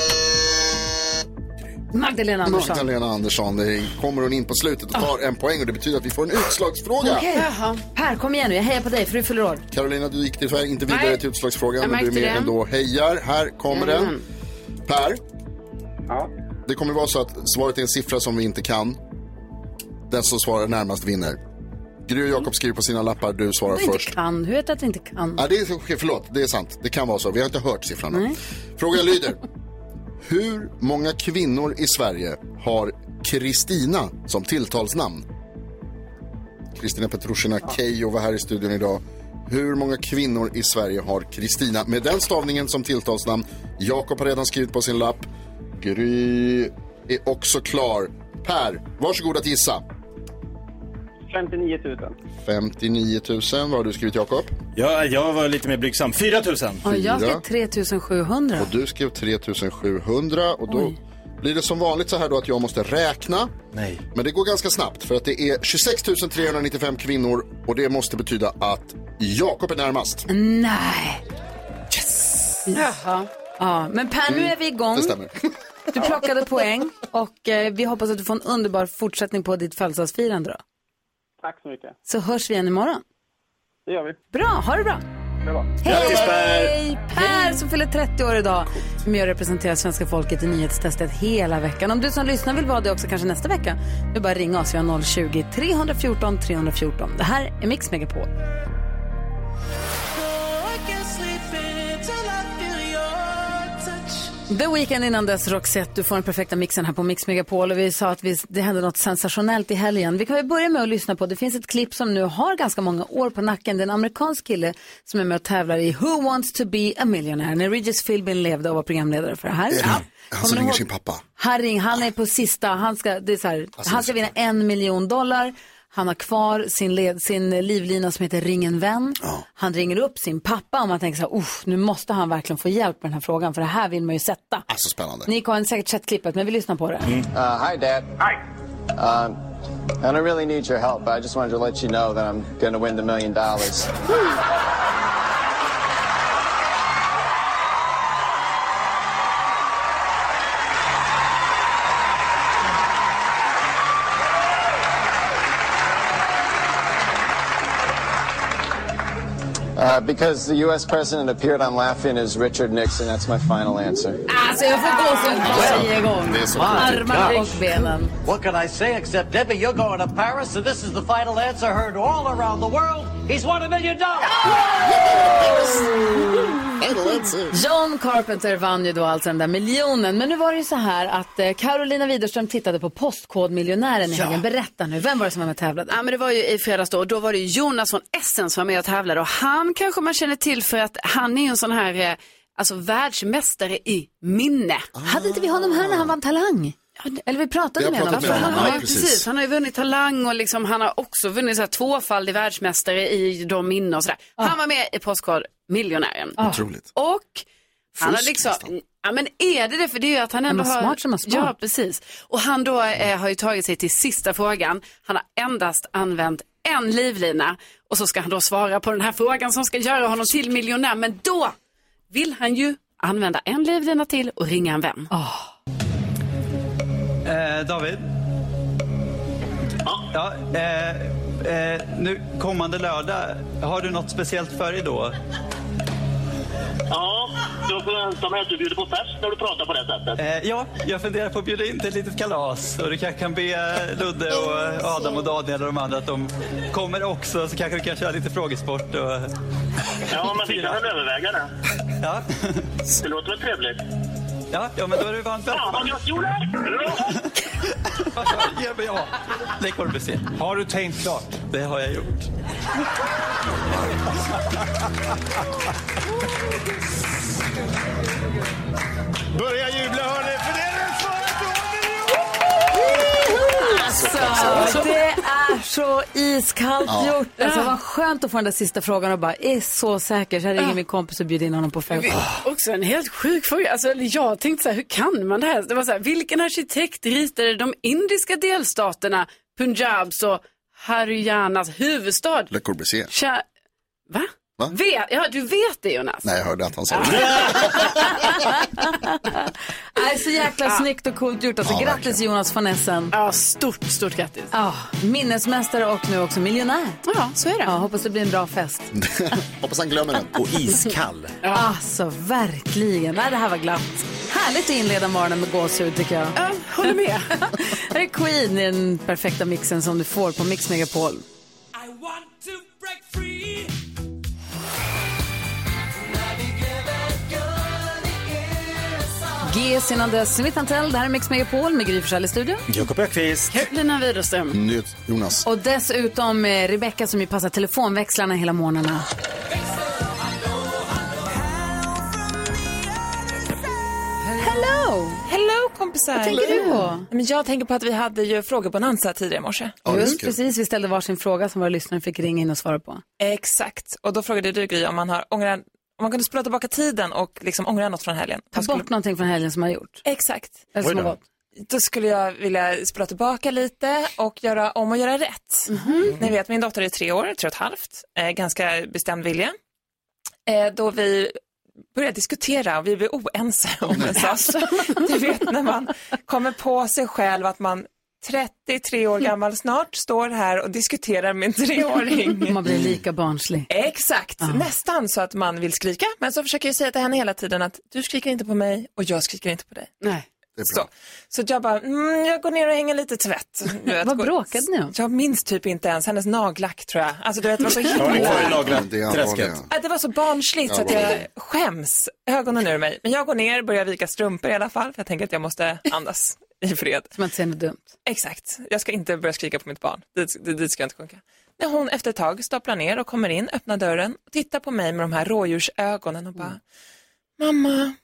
Magdalena Andersson. Magdalena Andersson. Det kommer hon in på slutet och tar oh. en poäng och det betyder att vi får en utslagsfråga. Okej, okay. Per, kom igen nu. Jag hejar på dig för du fyller år. Carolina, du gick tyvärr inte vidare Nej. till utslagsfrågan, men du är med det. ändå. Hejar. Här kommer mm. den. Per. Ja. Det kommer vara så att svaret är en siffra som vi inte kan. Den som svarar närmast vinner. Gry och Jakob skriver på sina lappar, du svarar du först. Inte kan. Hur vet du att vi inte kan? Ja, det är, förlåt, det är sant. Det kan vara så. Vi har inte hört siffrorna. Nej. Frågan lyder. Hur många kvinnor i Sverige har Kristina som tilltalsnamn? Kristina Petrushina Keijo var här i studion idag. Hur många kvinnor i Sverige har Kristina med den stavningen som tilltalsnamn? Jakob har redan skrivit på sin lapp. Gry är också klar. Per, varsågod att gissa. femtionio tusen. femtionio tusen, vad har du skrivit, Jakob? Ja, jag var lite mer blygsam. fyra tusen. Och jag skrev tre tusen sjuhundra. Och du skrev tre tusen sjuhundra. Och då Oj. blir det som vanligt så här då att jag måste räkna. Nej. Men det går ganska snabbt för att det är tjugosex tusen trehundranittiofem kvinnor. Och det måste betyda att Jakob är närmast. Nej. Yes. Jaha. Ja, men Per, nu är vi igång. Det stämmer. Du plockade poäng och eh, vi hoppas att du får en underbar fortsättning på ditt födelsedagsfirande då. Tack så mycket. Så hörs vi igen imorgon. Det gör vi. Bra, ha det bra. Det var. Hej, Grattis, Per. Hej, Per som fyller trettio år idag. Med och representerar svenska folket i nyhetstestet hela veckan. Om du som lyssnar vill vara det också kanske nästa vecka, du bara ringa oss. Vi har noll tjugo, tre fjorton, tre fjorton. Det här är Mix Megapol. The Weeknd innan dess, Roxette. Du får den perfekta mixen här på Mix Megapol. Och vi sa att vi, det hände något sensationellt i helgen. Vi kan väl börja med att lyssna på. Det finns ett klipp som nu har ganska många år på nacken. Det är en amerikansk kille som är med och tävlar i Who Wants to be a Millionaire. När Regis Philbin levde och var programledare för det här. Ja. Han som ringer sin pappa. Han, ring, han är på sista. Han ska, det är så här, alltså, han ska vinna en miljon dollar. Han har kvar sin, led, sin livlina som heter Ring en vän. Ja. Han ringer upp sin pappa och man tänker så här, nu måste han verkligen få hjälp med den här frågan. För det här vill man ju sätta. Alltså spännande. Ni har säkert sett klippet, men vi lyssnar på det. Mm. Uh, hi Dad. Hi. Um, and I really need your help. I just wanted to let you know that I'm going to win the million dollars. Uh, because the U S president appeared on Laugh-In as Richard Nixon, that's my final answer. Alltså jag får gå så varje gång. Armar och benen. What can I say except, Debbie, you're going to Paris, so this is the final answer heard all around the world. He's won a million dollars! John Carpenter vann ju då alltså den där miljonen. Men nu var det ju så här att eh, Carolina Widerström tittade på Postkodmiljonären i ja. helgen. Berätta nu, vem var det som var med och tävlade? Ja, men det var ju i fredags då. Då var det Jonas från Essen som var med och tävlade. Och han kanske man känner till för att han är en sån här eh, alltså världsmästare i minne. Ah. Hade inte vi honom här när han vann Talang? Eller vi pratade med honom. med honom. Han, ja, precis. Han har ju vunnit Talang och liksom, han har också vunnit så här, tvåfaldig världsmästare i de minnen och sådär. Ah. Han var med i Postkodmiljonären. Ah. Otroligt. Och han har liksom, ja men är det det? För det är ju att han ändå han har... smart som är smart. Ja, precis. Och han då eh, har ju tagit sig till sista frågan. Han har endast använt en livlina. Och så ska han då svara på den här frågan som ska göra honom till miljonär. Men då vill han ju använda en livlina till och ringa en vän. Oh. Eh, David? Ja? Ja eh, eh, nu kommande lördag, har du något speciellt för dig då? Ja, du förväntar mig att du bjuder på fest när du pratar på det sättet. Eh, ja, jag funderar på att bjuda in till ett litet kalas. Och du kanske kan be Ludde och Adam och Daniel och de andra att de kommer också. Så kanske du kan köra lite frågesport och... Ja, men vi kan väl överväga det. Ja. Det låter väl trevligt. Ja, ja, men då är du varmt välkommen. Ja, vad gött, Jonas! Ge mig ja. Det kommer du se. Har du tänkt klart? Det har jag gjort. Börja jubla, hörni, för det är det svaret på Alltså, det är så iskallt ja. gjort. Alltså, vad skönt att få den där sista frågan och bara är så säker. Så jag ringer ja. min kompis och bjuder in honom på fest. Också en helt sjuk fråga. Alltså, jag tänkte så här, hur kan man det här? Det var så här, vilken arkitekt ritade de indiska delstaterna Punjabs och Haryanas huvudstad? Le Corbusier. Cha- Va? Va? Vet, ja, du vet det, Jonas. Nej, jag hörde att han sa det. Nej, så jäkla ja. snyggt och coolt gjort. Alltså, ja, grattis verkligen. Jonas von Essen. Ja, stort, stort grattis. Ja, minnesmästare och nu också miljonär. Ja, så är det. Ja, hoppas det blir en bra fest. Hoppas han glömmer den. Och iskall. Ja. Alltså, verkligen. Nej, det här var glatt. Härligt att inleda morgonen med gåshud, tycker jag. Ja, håller med. Här är Queen i den perfekta mixen som du får på Mix Megapol. G innan dess, Smith and Tell, det här är Mix Megapol med Gry Forssell i studion. Jakob Öqvist. Carolina Widerström. Jonas. Och dessutom eh, Rebecca som ju passar telefonväxlarna hela morgnarna. Hello! Hello kompisar! Vad tänker du på? Men jag tänker på att vi hade ju frågebonanza tidigare i morse. Ja, just precis, vi ställde varsin fråga som våra lyssnare fick ringa in och svara på. Exakt, och då frågade du Gry om man har ångrat, om man kunde spola tillbaka tiden och liksom ångra något från helgen. Ta skulle... bort någonting från helgen som har gjort. Exakt. Eller som har gått. Då skulle jag vilja spola tillbaka lite och göra om och göra rätt. Mm-hmm. Ni vet, min dotter är tre år, tre och ett halvt, eh, ganska bestämd vilja. Eh, då vi började diskutera och vi blev oense om en sak. Du vet när man kommer på sig själv att man trettiotre år gammal snart står här och diskuterar med en treåring. Man blir lika barnslig. Exakt, ah. nästan så att man vill skrika. Men så försöker jag säga till henne hela tiden att du skriker inte på mig och jag skriker inte på dig. Nej. Så, så jag bara, mm, jag går ner och hänger lite tvätt. Du vet, vad bråkade ni om? Jag minns typ inte ens hennes naglack tror jag. Alltså du vet, det var så himla... Ja, det var så barnsligt ja, så att jag skäms ögonen ur mig. Men jag går ner, börjar vika strumpor i alla fall. För jag tänker att jag måste andas i fred. Som att säga något dumt. Exakt, jag ska inte börja skrika på mitt barn. Det, det, det ska jag inte sjunka. När hon efter ett tag stopplar ner och kommer in, öppnar dörren och tittar på mig med de här rådjursögonen och bara, mm. mamma...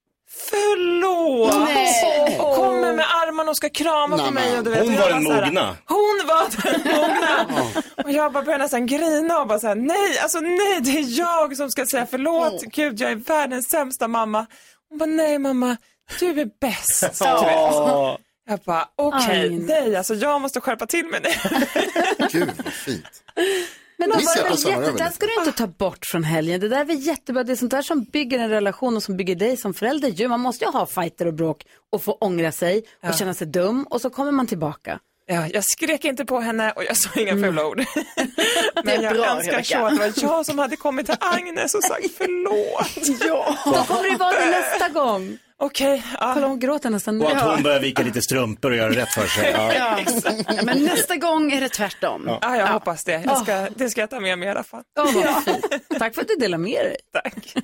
Förlåt! Nej. Och kommer med armarna och ska krama Nej, på mig. Och du vet, hon var den mogna. Hon var den mogna. Och jag bara började nästan grina och bara så här, nej, alltså nej, det är jag som ska säga förlåt. Oh. Gud, jag är världens sämsta mamma. Hon bara, nej mamma, du är bäst. Oh. Jag bara, okej, okay, nej, alltså jag måste skärpa till mig nu. Gud, vad fint. Men då var det jätte, det där ska du inte ta bort från helgen. Det där är väl jättebra. Det är sånt där som bygger en relation och som bygger dig som förälder. Ju, man måste ju ha fighter och bråk och få ångra sig och ja. känna sig dum. Och så kommer man tillbaka. Ja, jag skrek inte på henne och jag sa inga mm. fula ord. Men jag bra, önskar så att det var jag som hade kommit till Agnes och sagt förlåt. Ja. Då kommer det vara det nästa gång. Okej. Okay, ja. Kolla, hon gråter nästan. Och att hon börjar vika lite strumpor och göra rätt för sig. Ja. Ja. Ja, men nästa gång är det tvärtom. Ja, ja jag ja. hoppas det. Jag ska, det ska jag ta med mig i alla fall. Oh, ja. Tack för att du delar med dig. Tack.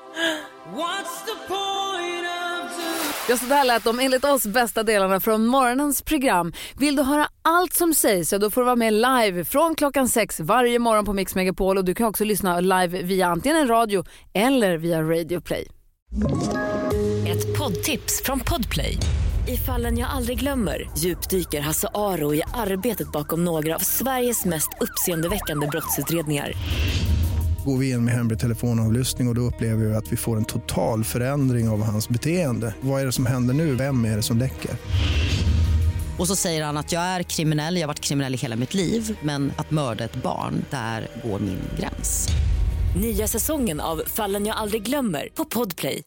Ja, så där lät de enligt oss bästa delarna från morgonens program. Vill du höra allt som sägs så då får du vara med live från klockan sex varje morgon på Mix Megapol. Och du kan också lyssna live via antingen en radio eller via Radio Play. Ett poddtips från Podplay. I Fallen jag aldrig glömmer djupdyker Hasse Aro i arbetet bakom några av Sveriges mest uppseendeväckande brottsutredningar. Går vi in med hemlig telefonavlyssning och då upplever vi att vi får en total förändring av hans beteende. Vad är det som händer nu? Vem är det som läcker? Och så säger han att jag är kriminell, jag har varit kriminell i hela mitt liv. Men att mörda ett barn, där går min gräns. Nya säsongen av Fallen jag aldrig glömmer på Podplay.